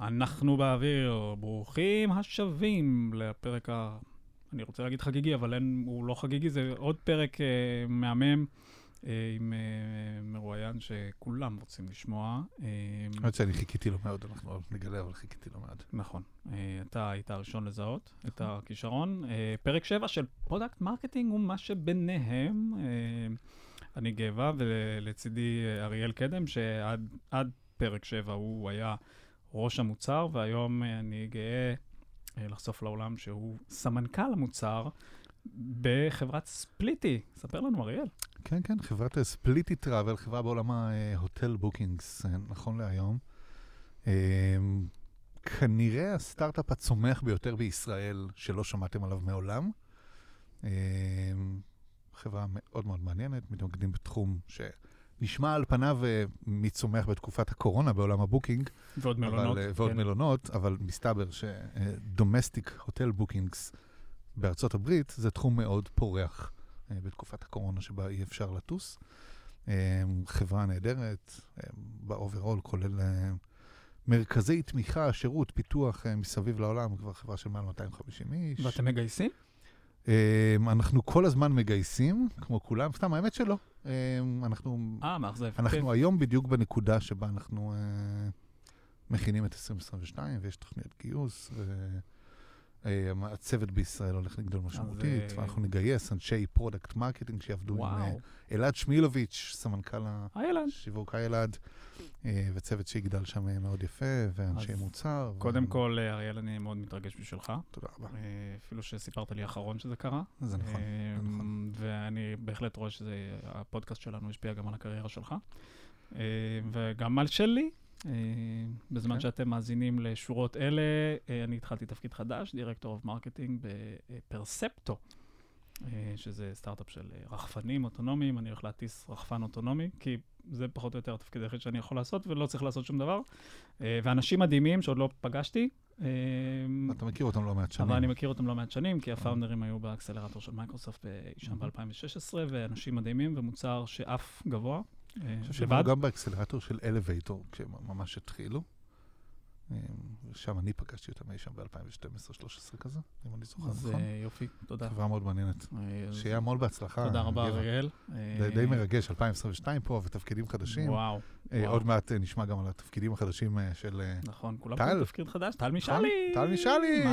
אנחנו באוויר, ברוכים השבים לפרק אני רוצה להגיד חגיגי, אבל הוא לא חגיגי, זה עוד פרק מהמם עם מרואיין שכולם רוצים לשמוע. האמת שאני חיכיתי לו מאוד, אנחנו נגלה, אבל חיכיתי לו מאוד. נכון. אתה היית הראשון לזהות את הכישרון. פרק 7 של פרודקט מרקטינג ומה שביניהם. אני גאווה, ולצידי אריאל קדם, שעד פרק 7 הוא היה ראש המוצר, והיום אני גאה לחשוף לעולם שהוא סמנכ"ל המוצר בחברת ספליטי. ספר לנו, אריאל. כן, כן, חברת ספליטי טראבל, חברה בעולם ההוטל בוקינגס, נכון להיום. כנראה הסטארט-אפ הצומח ביותר בישראל, שלא שמעתם עליו מעולם. חברה מאוד מאוד מעניינת, מתמקדים בתחום שנשמע על פניו מצומח בתקופת הקורונה בעולם הבוקינג. ועוד מלונות. ועוד מלונות, אבל מסתבר שדומסטיק הוטל בוקינגס בארצות הברית זה תחום מאוד פורח בתקופת הקורונה שבה אי אפשר לטוס. חברה נהדרת, באוברול כולל מרכזי תמיכה, שירות, פיתוח מסביב לעולם, כבר חברה של מעל 250 איש. ואתם מגייסים? אנחנו כל הזמן מגייסים, כמו כולם, סתם, האמת שלא. מאכזב. אנחנו היום בדיוק בנקודה שבה אנחנו מכינים את 2022, ויש תוכניות גיוס, הצוות בישראל הולך לגדול משמעותית, ואנחנו נגייס אנשי פרודקט מרקטינג שיעבדו עם אלעד שמילוביץ', סמנכ"ל השיווק אלעד, וצוות שיגדל שם מאוד יפה, ואנשי מוצר. קודם כל, אריאל, אני מאוד מתרגש בשבילך. תודה רבה. אפילו שסיפרת לי האחרון שזה קרה. זה נכון. ואני בהחלט רואה שהפודקאסט שלנו השפיע גם על הקריירה שלך, וגם על שלי. בזמן שאתם מאזינים לשורות אלה, אני התחלתי תפקיד חדש, דירקטור אוף מרקטינג בפרספטו, שזה סטארט-אפ של רחפנים אוטונומיים. אני הולך להטיס רחפן אוטונומי, כי זה פחות או יותר התפקיד היחיד שאני יכול לעשות, ולא צריך לעשות שום דבר. ואנשים מדהימים שעוד לא פגשתי. אתה מכיר אותם לא מעט שנים. אבל אני מכיר אותם לא מעט שנים, כי הפאונדרים היו באקסלרטור של מייקרוסופט שם ב-2016, ואנשים מדהימים ומוצר שאף גבוה. אני חושב שהם גם באקסלרטור של אלווייטור, כשהם ממש התחילו. ושם אני פגשתי אותם אי שם ב-2012-2013 כזה, אם אני זוכר נכון. אז יופי, תודה. חברה מאוד מעניינת. שיהיה המון בהצלחה. תודה רבה, אריאל. די מרגש, 2022 פה, ותפקידים חדשים. וואו. עוד מעט נשמע גם על התפקידים החדשים של טל. נכון, כולם פה תפקיד חדש. טל משלי! טל משלי!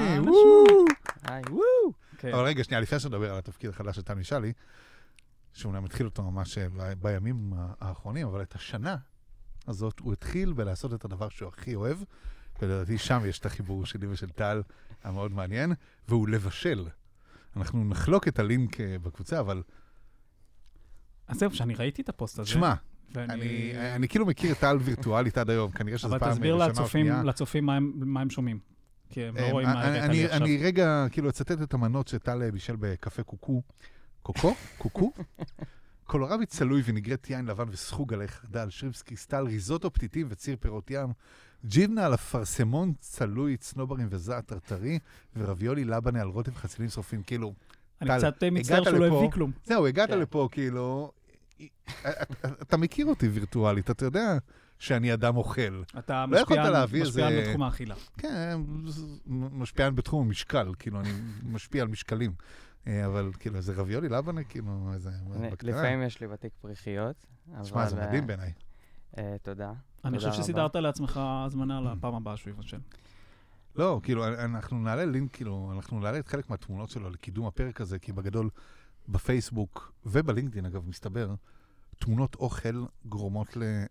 אבל רגע, שנייה, לפני שנדבר על התפקיד החדש של טל משלי, שאומנם התחיל אותו ממש בימים האחרונים, אבל את השנה הזאת הוא התחיל בלעשות את הדבר שהוא הכי אוהב, ולדעתי שם יש את החיבור שלי ושל טל המאוד מעניין, והוא לבשל. אנחנו נחלוק את הלינק בקבוצה, אבל... אז זהו, שאני ראיתי את הפוסט הזה. שמע, אני כאילו מכיר את טל וירטואלית עד היום, כנראה שזה פעם ראשונה או שנייה. אבל תסביר לצופים מה הם שומעים. כי הם לא רואים מה הבאת לי עכשיו. אני רגע כאילו אצטט את המנות שטל בישל בקפה קוקו, קולורבי צלוי ונגרת יין לבן וסחוג עלי חרדל, שרימפסקי, סטל, ריזוטו פתיתים וציר פירות ים, ג'יבנה על הפרסמון צלוי, צנוברים וזעת טרטרי, ורביולי לבנה על רוטב חצילים שרופים, כאילו... אני קצת מצטער שהוא לא הביא כלום. זהו, הגעת לפה, כאילו... אתה מכיר אותי וירטואלית, אתה יודע שאני אדם אוכל. אתה משפיען בתחום האכילה. כן, משפיען בתחום המשקל, כאילו, אני משפיע על משקלים. אבל כאילו, זה רביולי לבנה, כאילו, איזה... לפעמים יש לי בתיק פריחיות. שמע, זה מדהים בעיניי. תודה. אני חושב שסידרת לעצמך הזמנה לפעם הבאה שהוא יבשל. לא, כאילו, אנחנו נעלה לינק, כאילו, אנחנו נעלה את חלק מהתמונות שלו לקידום הפרק הזה, כי בגדול, בפייסבוק ובלינקדין, אגב, מסתבר, תמונות אוכל גורמות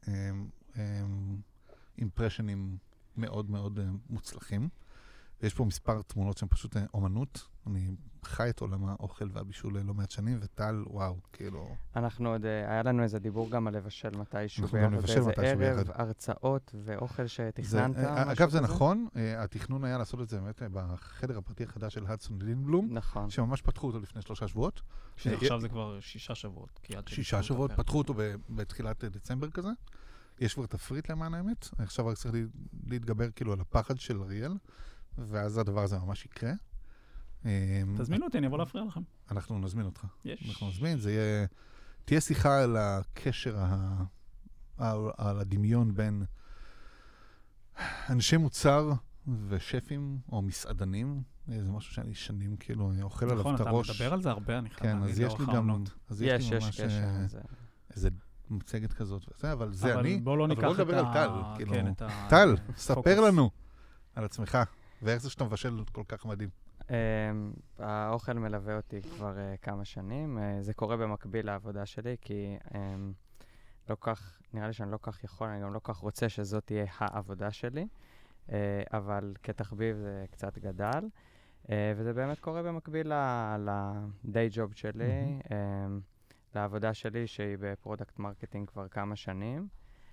לאימפרשנים מאוד מאוד מוצלחים. ויש פה מספר תמונות שהן פשוט אומנות. אני חי את עולם האוכל והבישול לא מעט שנים, וטל, וואו, כאילו... אנחנו עוד, היה לנו איזה דיבור גם על לבשל מתישהו ביחד, איזה ערב, הרצאות ואוכל שתכננת. אגב, זה נכון, התכנון היה לעשות את זה באמת בחדר הפרטי החדש של הדסון לינבלום, נכון. שממש פתחו אותו לפני 3 שבועות. עכשיו זה כבר 6 שבועות. 6 שבועות, פתחו אותו בתחילת דצמבר כזה. יש כבר תפריט למען האמת, עכשיו רק צריך להתגבר כאילו על הפחד של אריאל, ואז הדבר הזה ממש יקרה. תזמינו אותי, אני אבוא להפריע לכם. אנחנו נזמין אותך. יש. אנחנו נזמין, זה יהיה... תהיה שיחה על הקשר, על הדמיון בין אנשי מוצר ושפים או מסעדנים, זה משהו שאני שנים כאילו, אני אוכל עליו את הראש. נכון, אתה מדבר על זה הרבה, אני חייב להגיד לאורך העונות. יש קשר. איזה מצגת כזאת וזה, אבל זה אני. אבל בואו לא ניקח את טל. כן, טל, ספר לנו על עצמך, ואיך זה שאתה מבשל כל כך מדהים. האוכל מלווה אותי כבר כמה שנים. זה קורה במקביל לעבודה שלי, כי לא כך, נראה לי שאני לא כך יכול, אני גם לא כך רוצה שזאת תהיה העבודה שלי, אבל כתחביב זה קצת גדל, וזה באמת קורה במקביל ל-day job שלי, לעבודה שלי שהיא בפרודקט מרקטינג כבר כמה שנים.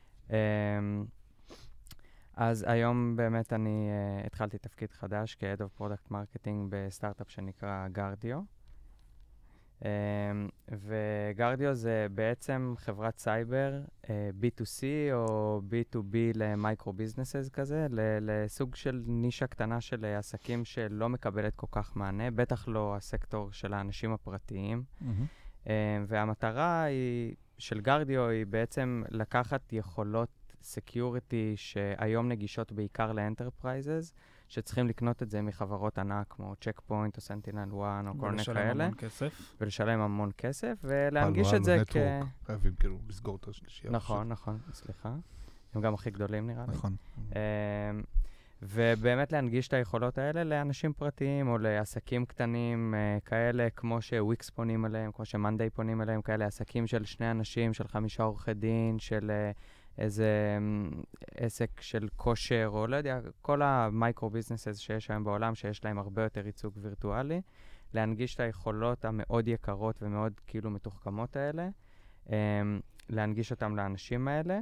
אז היום באמת אני התחלתי תפקיד חדש כ-Head of Product Marketing בסטארט-אפ שנקרא גרדיו. וגרדיו זה בעצם חברת סייבר, B2C או B2B למייקרו ביזנסס כזה, לסוג של נישה קטנה של עסקים שלא מקבלת כל כך מענה, בטח לא הסקטור של האנשים הפרטיים. והמטרה של גרדיו היא בעצם לקחת יכולות סקיוריטי שהיום נגישות בעיקר לאנטרפרייזס, שצריכים לקנות את זה מחברות ענק כמו צ'ק פוינט או סנטינל 1 או כל מיני כאלה. ולשלם המון כסף. ולשלם המון כסף, ולהנגיש את זה כ... חייבים כאילו לסגור את השלישייה. נכון, סליחה. הם גם הכי גדולים נראה לי. נכון. ובאמת להנגיש את היכולות האלה לאנשים פרטיים או לעסקים קטנים כאלה, כמו שוויקס פונים אליהם, כמו שמנדי פונים אליהם, כאלה עסקים של 2 אנשים, של 5 עורכי דין, של איזה עסק של כושר, או לא יודע, כל המייקרו ביזנסס שיש היום בעולם, שיש להם הרבה יותר ייצוג וירטואלי, להנגיש את היכולות המאוד יקרות ומאוד כאילו מתוחכמות האלה, להנגיש אותם לאנשים האלה.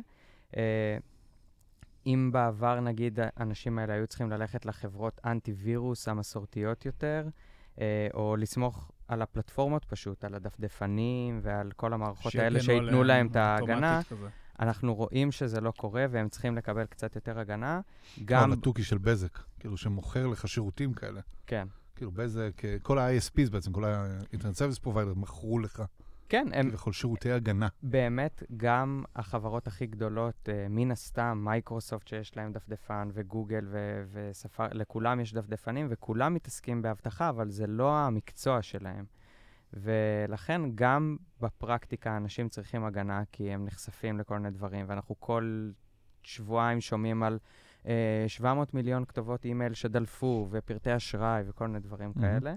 אם בעבר, נגיד, האנשים האלה היו צריכים ללכת לחברות אנטי-וירוס המסורתיות יותר, או לסמוך על הפלטפורמות פשוט, על הדפדפנים ועל כל המערכות האלה שיתנו להם את ההגנה, אנחנו רואים שזה לא קורה, והם צריכים לקבל קצת יותר הגנה. גם התוכי של בזק, כאילו שמוכר לך שירותים כאלה. כן. כאילו בזק, כל ה-ISPs בעצם, כל ה-Internet Service Provider מכרו לך. כן, הם... לכל שירותי הגנה. באמת, גם החברות הכי גדולות, מן הסתם, מייקרוסופט שיש להם דפדפן, וגוגל וספר, לכולם יש דפדפנים, וכולם מתעסקים בהבטחה, אבל זה לא המקצוע שלהם. ולכן גם בפרקטיקה אנשים צריכים הגנה, כי הם נחשפים לכל מיני דברים, ואנחנו כל שבועיים שומעים על 700 מיליון כתובות אימייל שדלפו, ופרטי אשראי, וכל מיני דברים כאלה.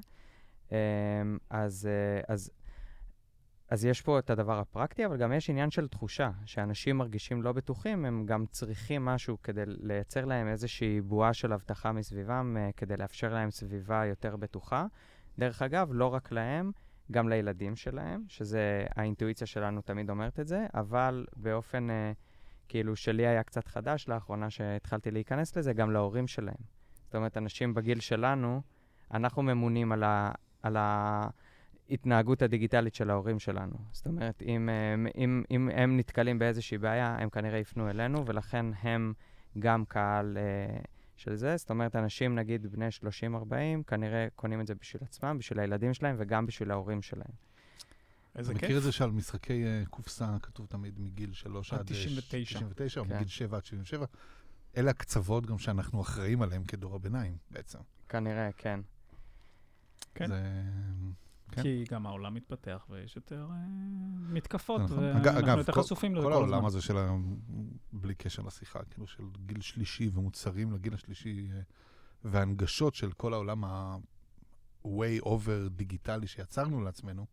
אז יש פה את הדבר הפרקטי, אבל גם יש עניין של תחושה, שאנשים מרגישים לא בטוחים, הם גם צריכים משהו כדי לייצר להם איזושהי בועה של הבטחה מסביבם, כדי לאפשר להם סביבה יותר בטוחה. דרך אגב, לא רק להם, גם לילדים שלהם, שזה האינטואיציה שלנו תמיד אומרת את זה, אבל באופן כאילו שלי היה קצת חדש לאחרונה שהתחלתי להיכנס לזה, גם להורים שלהם. זאת אומרת, אנשים בגיל שלנו, אנחנו ממונים על ההתנהגות הדיגיטלית של ההורים שלנו. זאת אומרת, אם הם נתקלים באיזושהי בעיה, הם כנראה יפנו אלינו, ולכן הם גם קהל של זה. זאת אומרת, אנשים, נגיד, בני 30-40, כנראה קונים את זה בשביל עצמם, בשביל הילדים שלהם, וגם בשביל ההורים שלהם. איזה כיף. מכיר את זה שעל משחקי קופסה כתוב תמיד מגיל 3 עד 99, או מגיל 7 עד 77. אלה הקצוות גם שאנחנו אחראים עליהם כדור הביניים, בעצם. כנראה, כן. כן. כי גם העולם מתפתח ויש יותר מתקפות, ואנחנו יותר חשופים לזה כל הזמן. כל העולם הזה של, בלי קשר לשיחה, כאילו של גיל שלישי ומוצרים לגיל השלישי, והנגשות של כל העולם ה-way over דיגיטלי שיצרנו לעצמנו,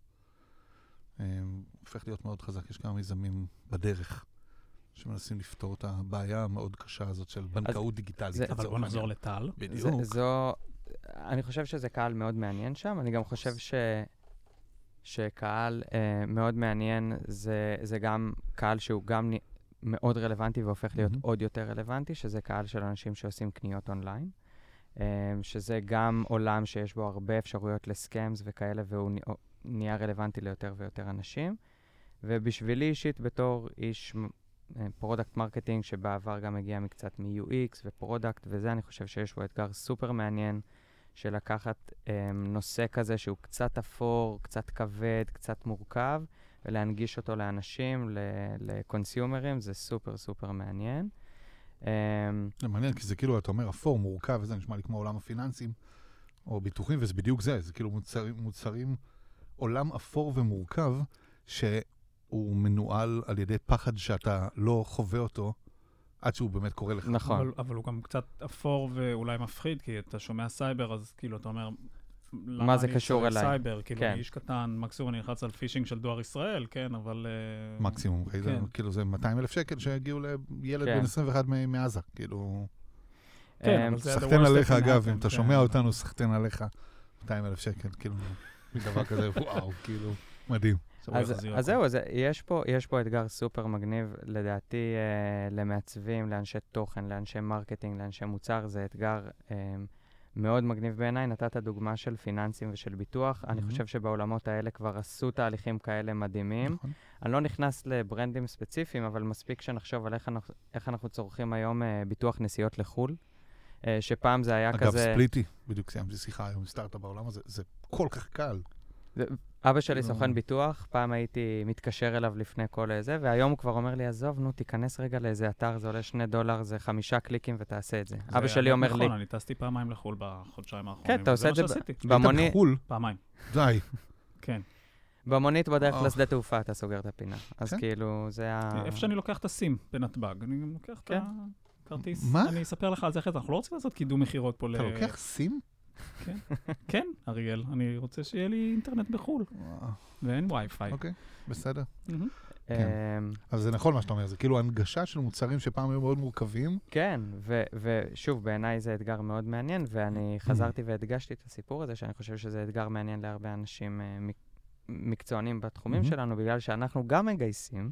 הופך להיות מאוד חזק. יש כמה מיזמים בדרך שמנסים לפתור את הבעיה המאוד קשה הזאת של בנקאות דיגיטלית. אבל בוא נחזור לטל. בדיוק. אני חושב שזה קהל מאוד מעניין שם. אני גם חושב שקהל מאוד מעניין זה גם קהל שהוא גם מאוד רלוונטי והופך להיות עוד יותר רלוונטי, שזה קהל של אנשים שעושים קניות אונליין, שזה גם עולם שיש בו הרבה אפשרויות לסקאמס וכאלה, והוא נהיה רלוונטי ליותר ויותר אנשים. ובשבילי אישית בתור איש פרודקט מרקטינג, שבעבר גם הגיע מקצת מ-UX ופרודקט וזה, אני חושב שיש בו אתגר סופר מעניין, של לקחת נושא כזה שהוא קצת אפור, קצת כבד, קצת מורכב, ולהנגיש אותו לאנשים, לקונסיומרים, זה סופר סופר מעניין. זה מעניין, כי זה כאילו, אתה אומר, אפור, מורכב, וזה נשמע לי כמו עולם הפיננסים, או ביטוחים, וזה בדיוק זה. זה כאילו מוצרים, עולם אפור ומורכב, שהוא מנוהל על ידי פחד שאתה לא חווה אותו, עד שהוא באמת קורה לך. נכון. אבל הוא גם קצת אפור ואולי מפחיד, כי אתה שומע סייבר, אז כאילו אתה אומר, מה זה קשור אליי? סייבר, כאילו איש קטן, מקסימום אני נלחץ על פישינג של דואר ישראל, כן, אבל... מקסימום, כאילו זה 200,000 שקל שהגיעו לילד בן 21 מעזה, כאילו... כן, אבל זה... סחטן עליך, אגב, אם אתה שומע אותנו, סחטן עליך 200,000 שקל, כאילו, מדבר כזה, וואו, כאילו, מדהים. אז זהו, יש פה אתגר סופר מגניב, לדעתי, למעצבים, לאנשי תוכן, לאנשי מרקטינג, לאנשי מוצר, זה אתגר מאוד מגניב בעיניי. נתת דוגמה של פיננסים ושל ביטוח. אני חושב שבעולמות האלה כבר עשו תהליכים כאלה מדהימים. אני לא נכנס לברנדים ספציפיים, אבל מספיק שנחשוב על איך אנחנו צורכים היום ביטוח נסיעות לחול, שפעם זה היה כזה... אגב, ספליטי, בדיוק סיימתי שיחה היום, סטארט-אפ בעולם הזה, זה כל כך קל. אבא שלי סוכן ביטוח, פעם הייתי מתקשר אליו לפני כל זה, והיום הוא כבר אומר לי, עזוב, נו, תיכנס רגע לאיזה אתר, זה עולה $2, זה 5 קליקים ותעשה את זה. אבא שלי אומר לי... נכון, אני טסתי פעמיים לחול בחודשיים האחרונים. כן, אתה עושה את זה במונית. היית בחול? פעמיים. די. כן. במונית בדרך לשדה תעופה, אתה סוגר את הפינה. אז כאילו, זה איפה שאני לוקח את הסים בנתב"ג, אני לוקח את הכרטיס. מה? אני אספר לך על זה אחרי זה, אנחנו לא רוצים לעשות קידום מחירות פה אתה לוקח סים? כן, כן, אריאל, אני רוצה שיהיה לי אינטרנט בחול, ואין וי-פיי. אוקיי, בסדר. אבל זה נכון מה שאתה אומר, זה כאילו הנגשה של מוצרים שפעם היו מאוד מורכבים. כן, ושוב, בעיניי זה אתגר מאוד מעניין, ואני חזרתי והדגשתי את הסיפור הזה, שאני חושב שזה אתגר מעניין להרבה אנשים מקצוענים בתחומים שלנו, בגלל שאנחנו גם מגייסים.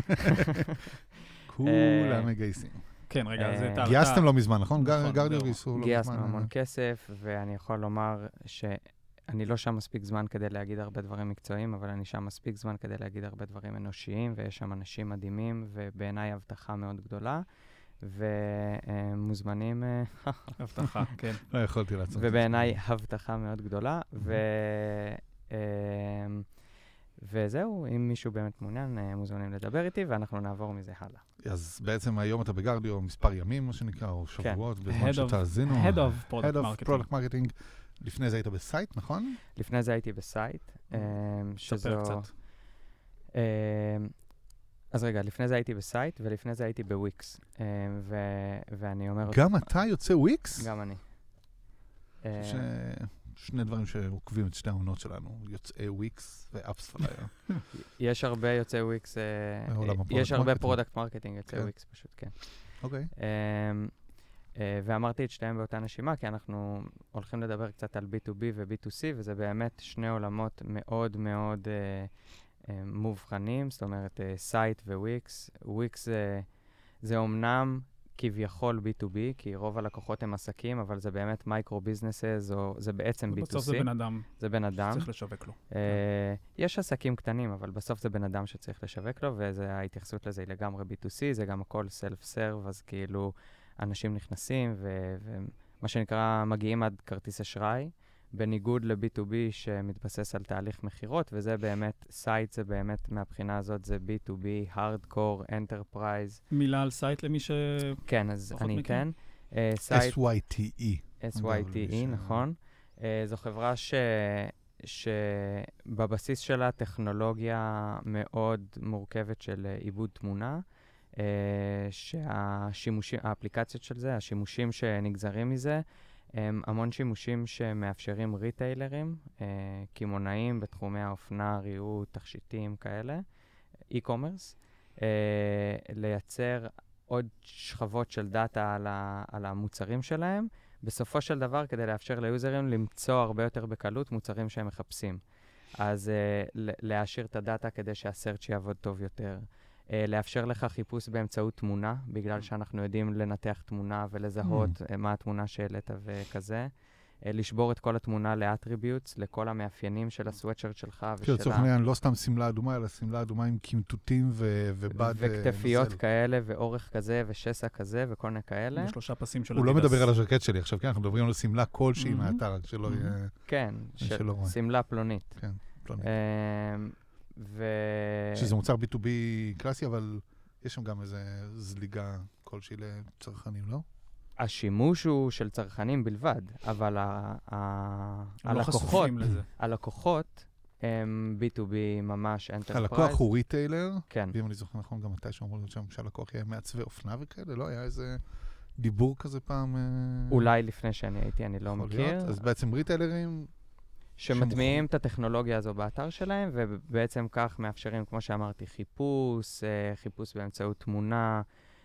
כולם מגייסים. כן, רגע, זה... גייסתם לא מזמן, נכון? גרדיו גייסו לא מזמן. גייסנו המון כסף, ואני יכול לומר שאני לא שם מספיק זמן כדי להגיד הרבה דברים מקצועיים, אבל אני שם מספיק זמן כדי להגיד הרבה דברים אנושיים, ויש שם אנשים מדהימים, ובעיניי הבטחה מאוד גדולה, ומוזמנים... הבטחה, כן. לא יכולתי לעצור. ובעיניי הבטחה מאוד גדולה, וזהו, אם מישהו באמת מעוניין, מוזמנים לדבר איתי, ואנחנו נעבור מזה הלאה. אז בעצם היום אתה בגרדיו מספר ימים, מה שנקרא, או שבועות, בזמן שתאזינו. Head of Product Marketing. לפני זה היית בסייט, נכון? לפני זה הייתי בסייט. ספר קצת. אז רגע, לפני זה הייתי בסייט, ולפני זה הייתי בוויקס. ואני אומר... גם אתה יוצא וויקס? גם אני. שני דברים שעוקבים את שתי העונות שלנו, יוצאי וויקס ואפספלייר. יש הרבה יוצאי וויקס, יש הרבה פרודקט מרקטינג יוצאי וויקס פשוט, כן. אוקיי. ואמרתי את שתיהם באותה נשימה, כי אנחנו הולכים לדבר קצת על B2B ו-B2C, וזה באמת שני עולמות מאוד מאוד מובחנים, זאת אומרת, סייט וויקס. וויקס זה אומנם כביכול B2B, כי רוב הלקוחות הם עסקים, אבל זה באמת מייקרו-ביזנסס, או זה בעצם B2C. בסוף זה בן אדם. זה בן אדם. שצריך לשווק לו. יש עסקים קטנים, אבל בסוף זה בן אדם שצריך לשווק לו, וההתייחסות לזה היא לגמרי B2C, זה גם הכל סלף-סרב, אז כאילו אנשים נכנסים, ומה שנקרא מגיעים עד כרטיס אשראי, בניגוד ל-B2B שמתבסס על תהליך מחירות, וזה באמת, סייט זה באמת, מהבחינה הזאת זה B2B, Hardcore, Enterprise. מילה על סייט למי ש... כן, אז אני כן. SYTE. SYTE, נכון. זו חברה שבבסיס שלה טכנולוגיה מאוד מורכבת של עיבוד תמונה, שהאפליקציות של זה, השימושים שנגזרים מזה, הם המון שימושים שמאפשרים ריטיילרים, כימונאים בתחומי האופנה, ריהוט, תכשיטים כאלה, e-commerce, לייצר עוד שכבות של דאטה על המוצרים שלהם, בסופו של דבר כדי לאפשר ליוזרים למצוא הרבה יותר בקלות מוצרים שהם מחפשים. אז להשאיר את הדאטה כדי שהסרצ' יעבוד טוב יותר. לאפשר לך חיפוש באמצעות תמונה, בגלל שאנחנו יודעים לנתח תמונה ולזהות מה התמונה שהעלית וכזה. לשבור את כל התמונה לאטריביוטס, לכל המאפיינים של הסוואטשרט שלך ושלה. לצורך העניין, לא סתם סמלה אדומה, אלא סמלה אדומה עם קמטוטים ובד וכתפיות כאלה, ואורך כזה, ושסע כזה, וכל מיני כאלה. ושלושה פסים של הוא לא מדבר על הז'קט שלי עכשיו, כן? אנחנו מדברים על סמלה כלשהי מהאתר, שלא יהיה... כן, סמלה פלונית. כן, פלונית. שזה מוצר B2B קלאסי, אבל יש שם גם איזה זליגה כלשהי לצרכנים, לא? השימוש הוא של צרכנים בלבד, אבל הם לא חשופים לזה. הלקוחות הם B2B ממש enterprise. הלקוח הוא ריטיילר, כן. ואם אני זוכר נכון, גם מתי שאומרים להיות שם שהלקוח יהיה מעצבי אופנה וכאלה, לא? היה איזה דיבור כזה פעם? אולי לפני שאני הייתי, אני לא מכיר. אז בעצם ריטיילרים שמטמיעים את הטכנולוגיה הזו באתר שלהם, ובעצם כך מאפשרים, כמו שאמרתי, חיפוש באמצעות תמונה,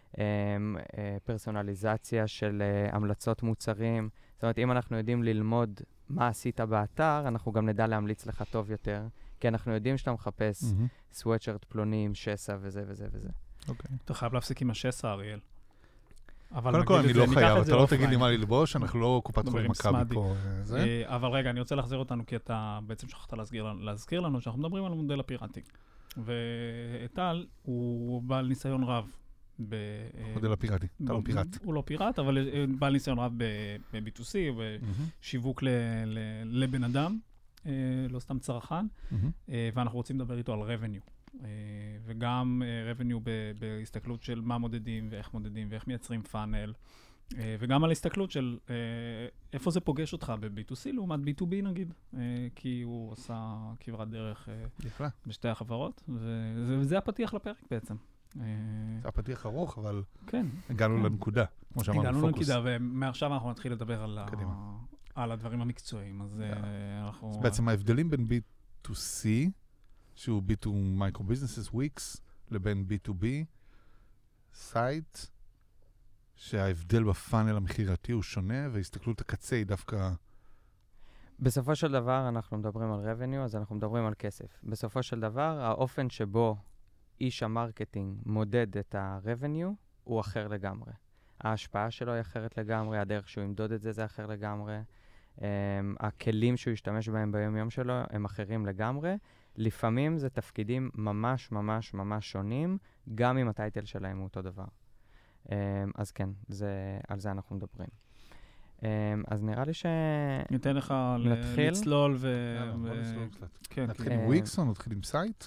פרסונליזציה של המלצות מוצרים. זאת אומרת, אם אנחנו יודעים ללמוד מה עשית באתר, אנחנו גם נדע להמליץ לך טוב יותר, כי אנחנו יודעים שאתה מחפש סוואטשרט פלונים, שסע וזה וזה וזה. אוקיי. אתה חייב להפסיק עם השסע, אריאל. קודם כל, אני לא חייב, אתה לא תגיד לי מה ללבוש, אנחנו לא קופת חולים מכבי פה. אבל רגע, אני רוצה להחזיר אותנו, כי אתה בעצם שכחת להזכיר לנו שאנחנו מדברים על המודל הפיראטי. ואיטל הוא בעל ניסיון רב. מודל הפיראטי, אתה לא פיראט. הוא לא פיראט, אבל בעל ניסיון רב ב-B2C, בשיווק לבן אדם, לא סתם צרכן, ואנחנו רוצים לדבר איתו על revenue. וגם revenue בהסתכלות של מה מודדים ואיך מודדים ואיך מייצרים פאנל, וגם על הסתכלות של איפה זה פוגש אותך ב-B2C לעומת B2B נגיד, כי הוא עושה כברת דרך בשתי החברות, וזה הפתיח לפרק בעצם. זה הפתיח ארוך, אבל כן, הגענו לנקודה, כמו שאמרנו, פוקוס. הגענו לנקודה, ומעכשיו אנחנו נתחיל לדבר על הדברים המקצועיים. אז בעצם ההבדלים בין B2C, שהוא B2 Micro Businesses, Wix, לבין B2B, סייט, שההבדל בפאנל המחירתי הוא שונה, והסתכלות הקצה היא דווקא... בסופו של דבר אנחנו מדברים על revenue, אז אנחנו מדברים על כסף. בסופו של דבר, האופן שבו איש המרקטינג מודד את ה-revenue הוא אחר לגמרי. ההשפעה שלו היא אחרת לגמרי, הדרך שהוא ימדוד את זה זה אחר לגמרי, הכלים שהוא ישתמש בהם ביום-יום שלו הם אחרים לגמרי. לפעמים זה תפקידים ממש ממש ממש שונים, גם אם הטייטל שלהם הוא אותו דבר. אז כן, על זה אנחנו מדברים. אז נראה לי ניתן לך לצלול ו... נתחיל עם וויקס או נתחיל עם סייט?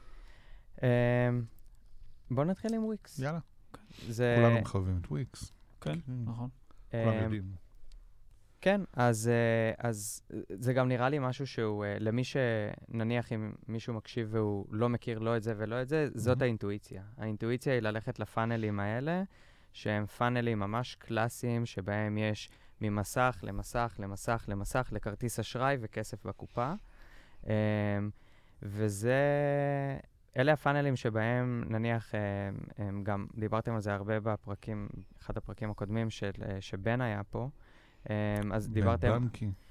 בואו נתחיל עם וויקס. יאללה. כולנו מחווים את וויקס. כן, נכון. כולנו יודעים. כן, אז זה גם נראה לי משהו שהוא, למי שנניח אם מישהו מקשיב והוא לא מכיר לא את זה ולא את זה, זאת האינטואיציה. האינטואיציה היא ללכת לפאנלים האלה, שהם פאנלים ממש קלאסיים, שבהם יש ממסך למסך למסך למסך לכרטיס אשראי וכסף בקופה. אלה הפאנלים שבהם, נניח, גם דיברתם על זה הרבה בפרקים, אחד הפרקים הקודמים שבן היה פה, אז דיברתם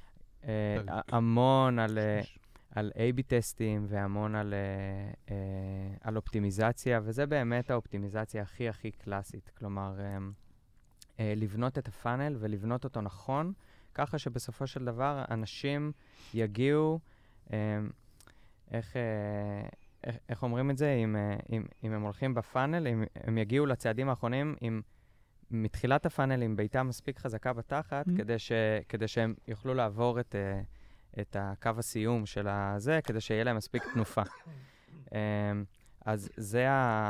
המון על A-B טסטים והמון על אופטימיזציה, וזה באמת האופטימיזציה הכי הכי קלאסית. כלומר, לבנות את הפאנל ולבנות אותו נכון, ככה שבסופו של דבר אנשים יגיעו, איך אומרים את זה? אם הם הולכים בפאנל, הם יגיעו לצעדים האחרונים מתחילת הפאנל עם ביתה מספיק חזקה בתחת, כדי שהם יוכלו לעבור את הקו הסיום של הזה, כדי שיהיה להם מספיק תנופה. אז זה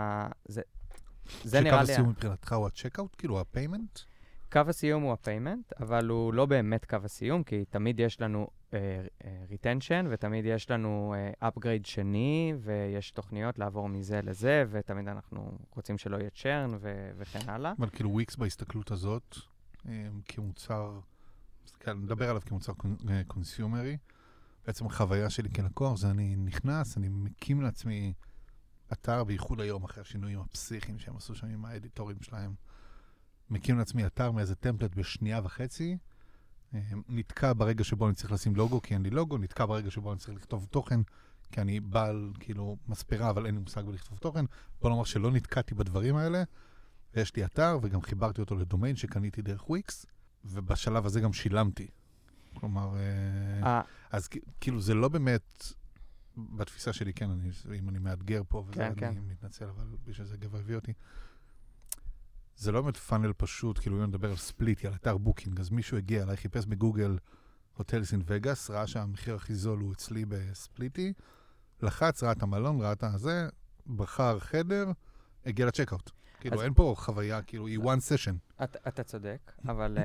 נראה לי... שקו הסיום מבחינתך הוא הצ'קאוט, כאילו הפיימנט? קו הסיום הוא הפיימנט, אבל הוא לא באמת קו הסיום, כי תמיד יש לנו retention, ותמיד יש לנו upgrade שני, ויש תוכניות לעבור מזה לזה, ותמיד אנחנו רוצים שלא יהיה צ'רן וכן הלאה. אבל כאילו וויקס בהסתכלות הזאת, כמוצר, נדבר עליו כמוצר קונסיומרי, בעצם החוויה שלי כלקוח, זה אני נכנס, אני מקים לעצמי אתר, בייחוד היום אחרי השינויים הפסיכיים שהם עשו שם עם האדיטורים שלהם, מקים לעצמי אתר מאיזה טמפלט בשנייה וחצי, נתקע ברגע שבו אני צריך לשים לוגו, כי אין לי לוגו, נתקע ברגע שבו אני צריך לכתוב תוכן, כי אני בעל, כאילו, מספרה, אבל אין לי מושג בלכתוב תוכן. בוא נאמר שלא נתקעתי בדברים האלה, ויש לי אתר, וגם חיברתי אותו לדומיין שקניתי דרך וויקס, ובשלב הזה גם שילמתי. כלומר, אז כאילו זה לא באמת, בתפיסה שלי, כן, אם אני מאתגר פה, וזה אני מתנצל, אבל בשביל זה גבר הביא אותי. זה לא באמת פאנל פשוט, כאילו אם נדבר על ספליטי, על אתר בוקינג, אז מישהו הגיע אליי, חיפש בגוגל הוטלס אין וגאס, ראה שהמחיר הכי זול הוא אצלי בספליטי, לחץ, ראה את המלון, ראה את הזה, בחר חדר, הגיע לצ'קאוט. כאילו, אין פה חוויה, כאילו, היא one session. אתה צודק, אבל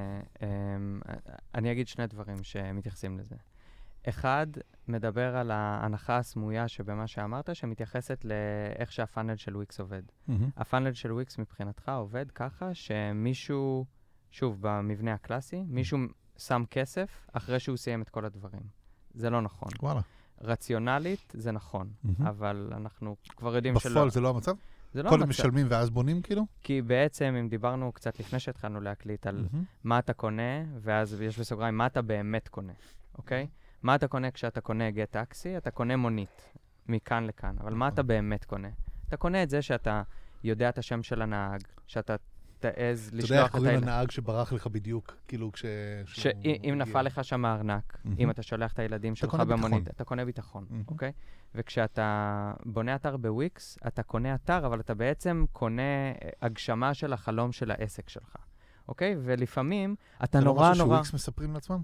אני אגיד שני דברים שמתייחסים לזה. אחד, מדבר על ההנחה הסמויה שבמה שאמרת, שמתייחסת לאיך שהפאנל של וויקס עובד. הפאנל של וויקס מבחינתך עובד ככה שמישהו, שוב, במבנה הקלאסי, מישהו שם כסף אחרי שהוא סיים את כל הדברים. זה לא נכון. וואלה. רציונלית זה נכון, אבל אנחנו כבר יודעים שלא. בפועל זה לא המצב? זה לא המצב. קודם משלמים ואז בונים כאילו? כי בעצם, אם דיברנו קצת לפני שהתחלנו להקליט על מה אתה קונה, ואז יש בסוגריים, מה אתה באמת קונה, אוקיי? מה אתה קונה כשאתה קונה גט טקסי? אתה קונה מונית, מכאן לכאן. אבל מה אתה באמת קונה? אתה קונה את זה שאתה יודע את השם של הנהג, שאתה תעז לשלוח את הילד. אתה יודע איך קוראים לנהג שברח לך בדיוק, כאילו אם נפל לך שם הארנק, אם אתה שולח את הילדים שלך במונית, אתה קונה ביטחון, אוקיי? וכשאתה בונה אתר בוויקס, אתה קונה אתר, אבל אתה בעצם קונה הגשמה של החלום של העסק שלך, אוקיי? ולפעמים אתה נורא נורא... זה לא משהו שוויקס מספרים לעצמם?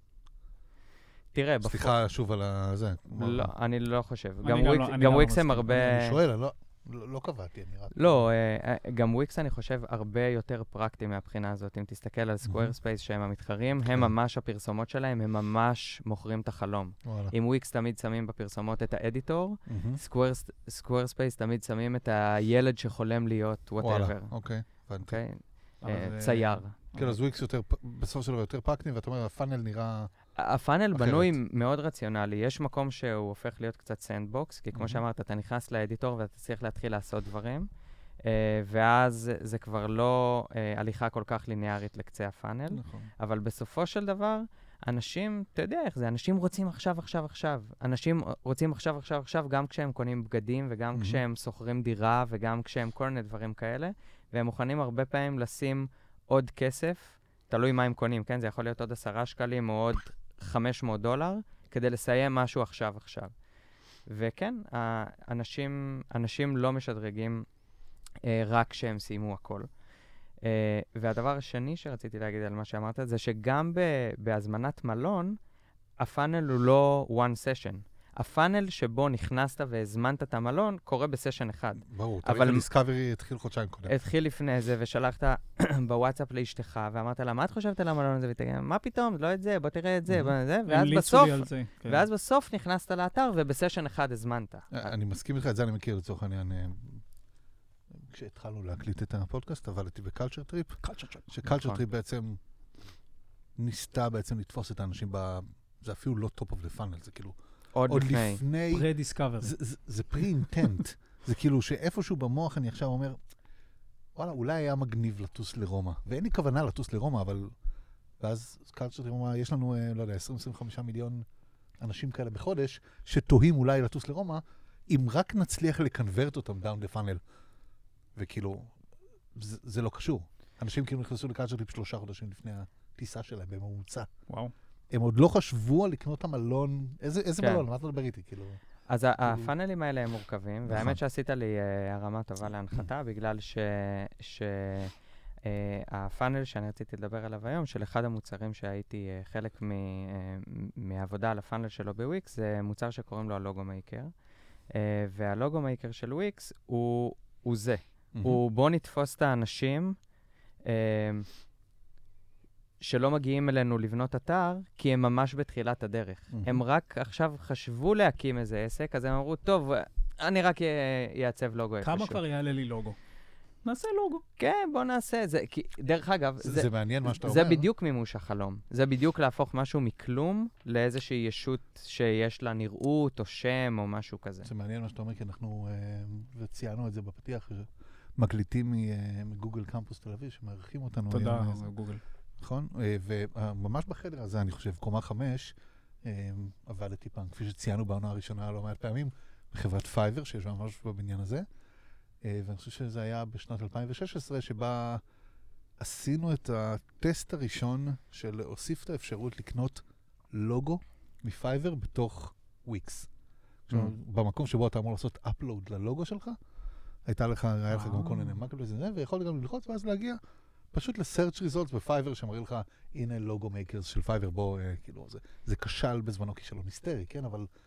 תראה, סליחה שוב על זה. לא, אני לא חושב. גם וויקס הם הרבה... אני שואל, לא קבעתי, אני רק... לא, גם וויקס אני חושב הרבה יותר פרקטי מהבחינה הזאת. אם תסתכל על סקווירספייס שהם המתחרים, הם ממש, הפרסומות שלהם, הם ממש מוכרים את החלום. אם וויקס תמיד שמים בפרסומות את האדיטור, סקווירספייס תמיד שמים את הילד שחולם להיות whatever. אוקיי, הבנתי. צייר. כן, אז וויקס בסוף שלו יותר פרקטי, ואתה אומר, הפאנל נראה... הפאנל בנוי מאוד רציונלי. יש מקום שהוא הופך להיות קצת סנדבוקס, כי כמו שאמרת, אתה נכנס לאדיטור ואתה צריך להתחיל לעשות דברים, ואז זה כבר לא הליכה כל כך ליניארית לקצה הפאנל, אבל בסופו של דבר, אנשים, אתה יודע איך זה, אנשים רוצים עכשיו. אנשים רוצים עכשיו, גם כשהם קונים בגדים, וגם כשהם שוכרים דירה, וגם כשהם כל מיני דברים כאלה, והם מוכנים הרבה פעמים לשים עוד כסף, תלוי מה הם קונים, כן? זה יכול להיות עוד 10 שקלים או עוד $500, כדי לסיים משהו עכשיו. וכן, אנשים לא משדרגים רק כשהם סיימו הכל. והדבר השני שרציתי להגיד על מה שאמרת, זה שגם בהזמנת מלון, הפאנל הוא לא one session. הפאנל שבו נכנסת והזמנת את המלון, קורה בסשן אחד. ברור, אבל דיסקאברי התחיל חודשיים קודם. התחיל לפני זה, ושלחת בוואטסאפ לאשתך, ואמרת לה, מה את חושבת על המלון הזה? ותגיד, מה פתאום? לא את זה, בוא תראה את זה, ואז בסוף נכנסת לאתר, ובסשן אחד הזמנת. אני מסכים איתך, את זה אני מכיר לצורך העניין. כשהתחלנו להקליט את הפודקאסט, עבדתי בקלצ'ר טריפ, שקלצ'ר טריפ בעצם ניסתה בעצם לתפוס את האנשים זה אפילו לא top of the funnel, זה כאילו עוד לפני. פרה-דיסקאברי. זה פרי-אינטנט. זה כאילו שאיפשהו במוח אני עכשיו אומר, וואלה, אולי היה מגניב לטוס לרומא. ואין לי כוונה לטוס לרומא, אבל... ואז קלצ'ר לרומא, יש לנו, לא יודע, 20-25 מיליון אנשים כאלה בחודש, שתוהים אולי לטוס לרומא, אם רק נצליח לקנברט אותם דאון לפאנל. וכאילו, זה לא קשור. אנשים כאילו נכנסו לקלצ'ר טריפ 3 חודשים לפני הטיסה שלהם, בממוצע. וואו. הם עוד לא חשבו על לקנות המלון. איזה מלון? מה אתה מדבר איתי? אז הפאנלים האלה הם מורכבים, והאמת שעשית לי הרמה טובה להנחתה, בגלל שהפאנל שאני רציתי לדבר עליו היום, של אחד המוצרים שהייתי חלק מהעבודה על הפאנל שלו בוויקס, זה מוצר שקוראים לו הלוגו מייקר. והלוגו מייקר של וויקס הוא זה. הוא בוא נתפוס את האנשים שלא מגיעים אלינו לבנות אתר, כי הם ממש בתחילת הדרך. הם רק עכשיו חשבו להקים איזה עסק, אז הם אמרו, טוב, אני רק יעצב לוגו איפשהו. כמה כבר יעלה לי לוגו? נעשה לוגו. כן, בוא נעשה. דרך אגב, זה מעניין מה שאתה אומר. זה בדיוק מימוש החלום. זה בדיוק להפוך משהו מכלום לאיזושהי ישות שיש לה נראות או שם או משהו כזה. זה מעניין מה שאתה אומר, כי אנחנו, וציינו את זה בפתיח, מקליטים מגוגל קמפוס תל אביב, שמערכים אותנו. תודה, גוגל. נכון? וממש בחדר הזה, אני חושב, קומה 5, עבדתי פעם, כפי שציינו בעונה הראשונה לא מעט פעמים, בחברת פייבר, שיש ממש בבניין הזה, ואני חושב שזה היה בשנת 2016, שבה עשינו את הטסט הראשון של להוסיף את האפשרות לקנות לוגו מפייבר בתוך וויקס. במקום שבו אתה אמור לעשות אפלואוד ללוגו שלך, היה לך גם כל מיני מקלות וזה, ויכול גם ללחוץ ואז להגיע פשוט לסרצ' ריזולטס בפייבר, שמראה לך, הנה לוגו מייקרס של פייבר, בוא, כאילו, זה כשל בזמנו כשלון היסטרי, כן? אבל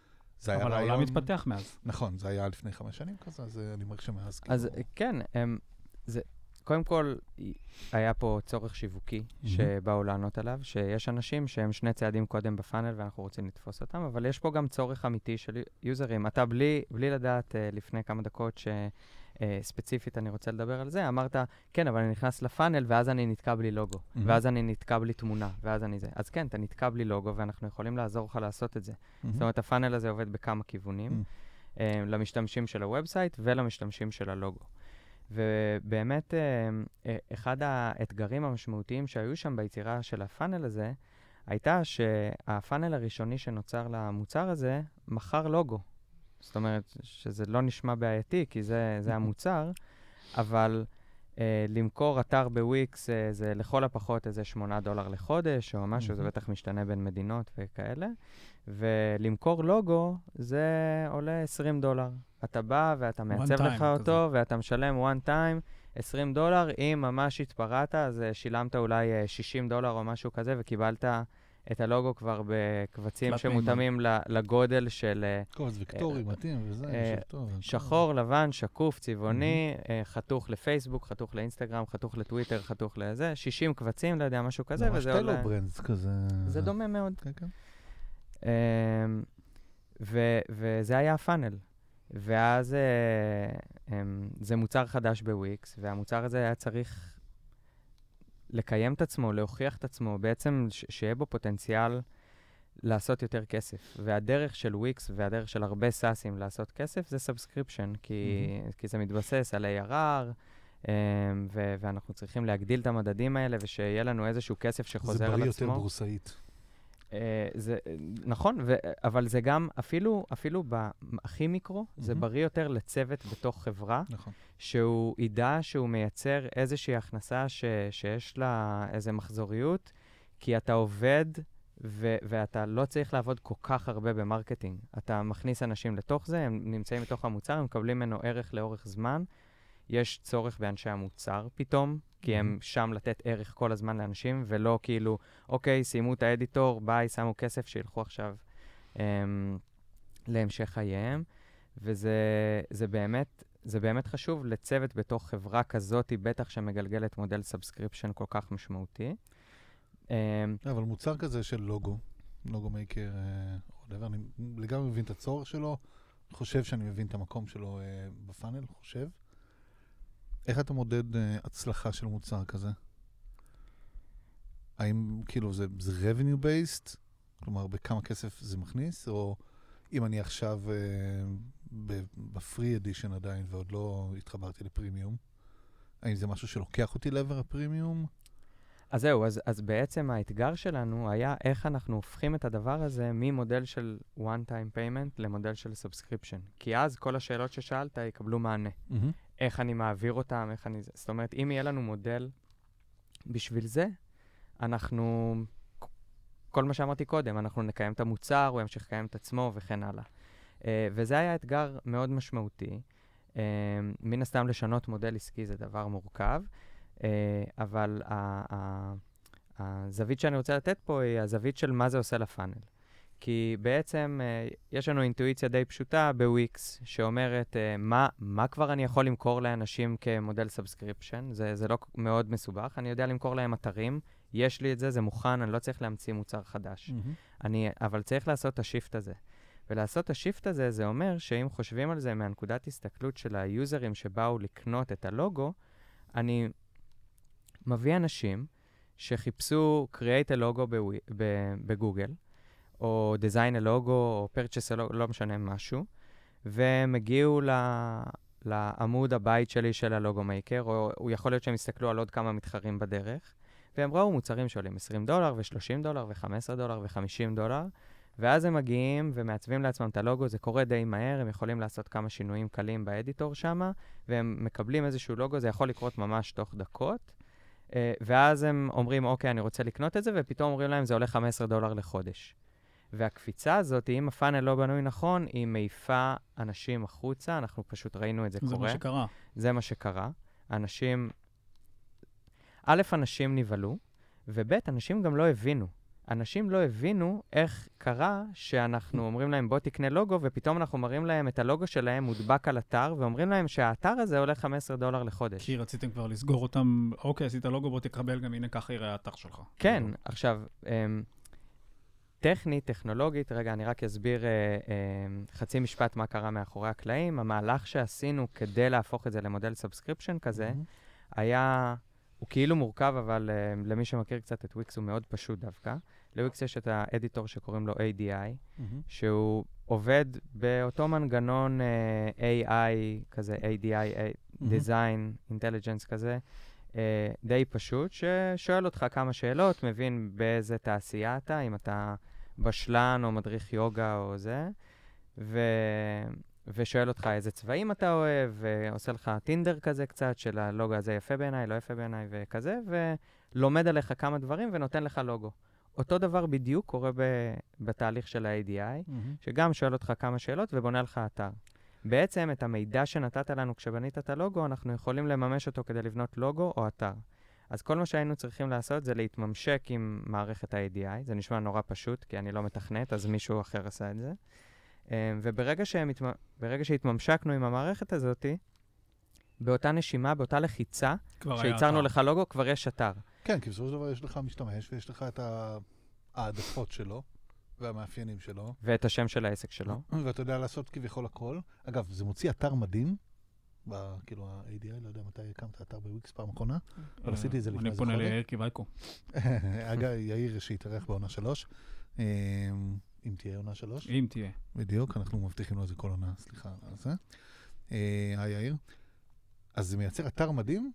זה היה אבל רעיון... העולם מתפתח מאז. נכון, זה היה לפני 5 שנים כזה, אז אני מרגיש שמאז אז כאילו... כן, קודם כל, היה פה צורך שיווקי שבאו לענות עליו, שיש אנשים שהם 2 צעדים קודם בפאנל ואנחנו רוצים לתפוס אותם, אבל יש פה גם צורך אמיתי של יוזרים. אתה בלי לדעת לפני כמה דקות ספציפית אני רוצה לדבר על זה, אמרת, כן, אבל אני נכנס לפאנל ואז אני נתקע בלי לוגו, ואז אני נתקע בלי תמונה, ואז אני זה. אז כן, אתה נתקע בלי לוגו ואנחנו יכולים לעזור לך לעשות את זה. זאת אומרת, הפאנל הזה עובד בכמה כיוונים, למשתמשים של הוובסייט ולמשתמשים של הלוגו. ובאמת, אחד האתגרים המשמעותיים שהיו שם ביצירה של הפאנל הזה, הייתה שהפאנל הראשוני שנוצר למוצר הזה, מכר לוגו. זאת אומרת, שזה לא נשמע בעייתי, כי זה המוצר, אבל למכור אתר בוויקס זה לכל הפחות איזה $8 לחודש, או משהו, זה בטח משתנה בין מדינות וכאלה, ולמכור לוגו זה עולה $20. אתה בא ואתה מעצב לך אותו, ואתה משלם one time $20, אם ממש התפרעת, אז שילמת אולי $60 או משהו כזה, וקיבלת את הלוגו כבר בקבצים שמותאמים לגודל של... קובץ ויקטורי, מתאים, וזה, שחור, לבן, שקוף, צבעוני, חתוך לפייסבוק, חתוך לאינסטגרם, חתוך לטוויטר, חתוך לזה, 60 קבצים, לא יודע, משהו כזה, וזה עולה... ממש טלו ברנדס כזה... זה דומה מאוד. כן, כן. וזה היה הפאנל. ואז זה מוצר חדש בוויקס, והמוצר הזה היה צריך לקיים את עצמו, להוכיח את עצמו, בעצם שיהיה בו פוטנציאל לעשות יותר כסף. והדרך של וויקס והדרך של הרבה סאסים לעשות כסף זה סאבסקריפשן, כי זה מתבסס על ARR, ואנחנו צריכים להגדיל את המדדים האלה, ושיהיה לנו איזשהו כסף שחוזר על עצמו. זה בריא יותר בורסאית. נכון, אבל זה גם, אפילו בהכי מיקרו, זה בריא יותר לצוות בתוך חברה, שהוא ידע שהוא מייצר איזושהי הכנסה שיש לה איזו מחזוריות, כי אתה עובד ואתה לא צריך לעבוד כל כך הרבה במרקטינג. אתה מכניס אנשים לתוך זה, הם נמצאים בתוך המוצר, הם מקבלים ממנו ערך לאורך זמן. יש צורך באנשי המוצר פתאום, כי הם שם לתת ערך כל הזמן לאנשים, ולא כאילו, אוקיי, סיימו את האדיטור, ביי, שמו כסף, שילכו עכשיו להמשך חייהם. וזה באמת חשוב לצוות בתוך חברה כזאת, בטח שמגלגלת מודל סאבסקריפשן כל כך משמעותי. אבל מוצר כזה של לוגו מייקר, אני לגמרי מבין את הצורך שלו, חושב שאני מבין את המקום שלו בפאנל, חושב. איך אתה מודד הצלחה של מוצר כזה? האם כאילו זה revenue based? כלומר, בכמה כסף זה מכניס? או אם אני עכשיו בפרי אדישן עדיין ועוד לא התחברתי לפרימיום, האם זה משהו שלוקח אותי לעבר הפרימיום? אז זהו, אז בעצם האתגר שלנו היה איך אנחנו הופכים את הדבר הזה ממודל של one-time payment למודל של subscription. כי אז כל השאלות ששאלת יקבלו מענה. איך אני מעביר אותם, איך אני... זאת אומרת, אם יהיה לנו מודל בשביל זה, אנחנו... כל מה שאמרתי קודם, אנחנו נקיים את המוצר, הוא ימשיך לקיים את עצמו וכן הלאה. וזה היה אתגר מאוד משמעותי. מן הסתם לשנות מודל עסקי זה דבר מורכב, אבל הזווית שאני רוצה לתת פה היא הזווית של מה זה עושה לפאנל. כי בעצם יש לנו אינטואיציה די פשוטה בוויקס, שאומרת מה כבר אני יכול למכור לאנשים כמודל סאבסקריפשן, זה לא מאוד מסובך, אני יודע למכור להם אתרים, יש לי את זה, זה מוכן, אני לא צריך להמציא מוצר חדש. אבל צריך לעשות את השיפט הזה. ולעשות את השיפט הזה, זה אומר שאם חושבים על זה מהנקודת הסתכלות של היוזרים שבאו לקנות את הלוגו, אני מביא אנשים שחיפשו create a logo בגוגל, או design a logo, או purchase a logo, לא משנה משהו, והם הגיעו לעמוד הבית שלי של הלוגו מייקר, או יכול להיות שהם הסתכלו על עוד כמה מתחרים בדרך, והם ראו מוצרים שעולים $20 ו$30 ו$15 ו$50, ואז הם מגיעים ומעצבים לעצמם את הלוגו, זה קורה די מהר, הם יכולים לעשות כמה שינויים קלים באדיטור שם, והם מקבלים איזשהו לוגו, זה יכול לקרות ממש תוך דקות, ואז הם אומרים, אוקיי, אני רוצה לקנות את זה, ופתאום אומרים להם, זה עולה $15 לחודש. והקפיצה הזאת, אם הפאנל לא בנוי נכון, היא מעיפה אנשים החוצה, אנחנו פשוט ראינו את זה קורה. זה מה שקרה. זה מה שקרה. אנשים נבלו, וב' אנשים גם לא הבינו. אנשים לא הבינו איך קרה שאנחנו אומרים להם בוא תקנה לוגו, ופתאום אנחנו מראים להם את הלוגו שלהם מודבק על אתר, ואומרים להם שהאתר הזה עולה $15 לחודש. כי רציתם כבר לסגור אותם, אוקיי, עשית לוגו, בוא תקבל גם, הנה ככה יראה האתר שלך. כן, עכשיו, טכנית, טכנולוגית, רגע, אני רק אסביר חצי משפט מה קרה מאחורי הקלעים. המהלך שעשינו כדי להפוך את זה למודל סאבסקריפשן כזה, היה, הוא כאילו מורכב, אבל למי שמכיר קצת את וויקס הוא מאוד פשוט דווקא. לוויקס יש את האדיטור שקוראים לו ADI, שהוא עובד באותו מנגנון AI כזה, ADI, Design, Intelligence כזה, די פשוט, ששואל אותך כמה שאלות, מבין באיזה תעשייה אתה, אם אתה בשלן או מדריך יוגה או זה, ושואל אותך איזה צבעים אתה אוהב, ועושה לך טינדר כזה קצת, של הלוגו הזה יפה בעיניי, לא יפה בעיניי וכזה, ולומד עליך כמה דברים ונותן לך לוגו. אותו דבר בדיוק קורה בתהליך של ה-ADI, שגם שואל אותך כמה שאלות ובונה לך אתר. בעצם את המידע שנתת לנו כשבנית את הלוגו, אנחנו יכולים לממש אותו כדי לבנות לוגו או אתר. אז כל מה שהיינו צריכים לעשות זה להתממשק עם מערכת ה-ADI. זה נשמע נורא פשוט, כי אני לא מתכנת, אז מישהו אחר עשה את זה. וברגע שהתממשקנו עם המערכת הזאת, באותה נשימה, באותה לחיצה, שייצרנו לך לוגו, כבר יש אתר. כן, כי בסופו של דבר יש לך משתמש, ויש לך את העדפות שלו. והמאפיינים שלו. ואת השם של העסק שלו. ואתה יודע לעשות כביכול הכל. אגב, זה מוציא אתר מדהים, כאילו ה-ADI, לא יודע מתי הקמת אתר בוויקס פעם אחרונה, אבל עשיתי את זה לפני אני פונה ליאיר קיווייקו. אגב, יאיר שהתארח בעונה 3. אם תהיה עונה 3. אם תהיה. בדיוק, אנחנו מבטיחים לו את זה כל עונה, סליחה על זה. יאיר. אז זה מייצר אתר מדהים,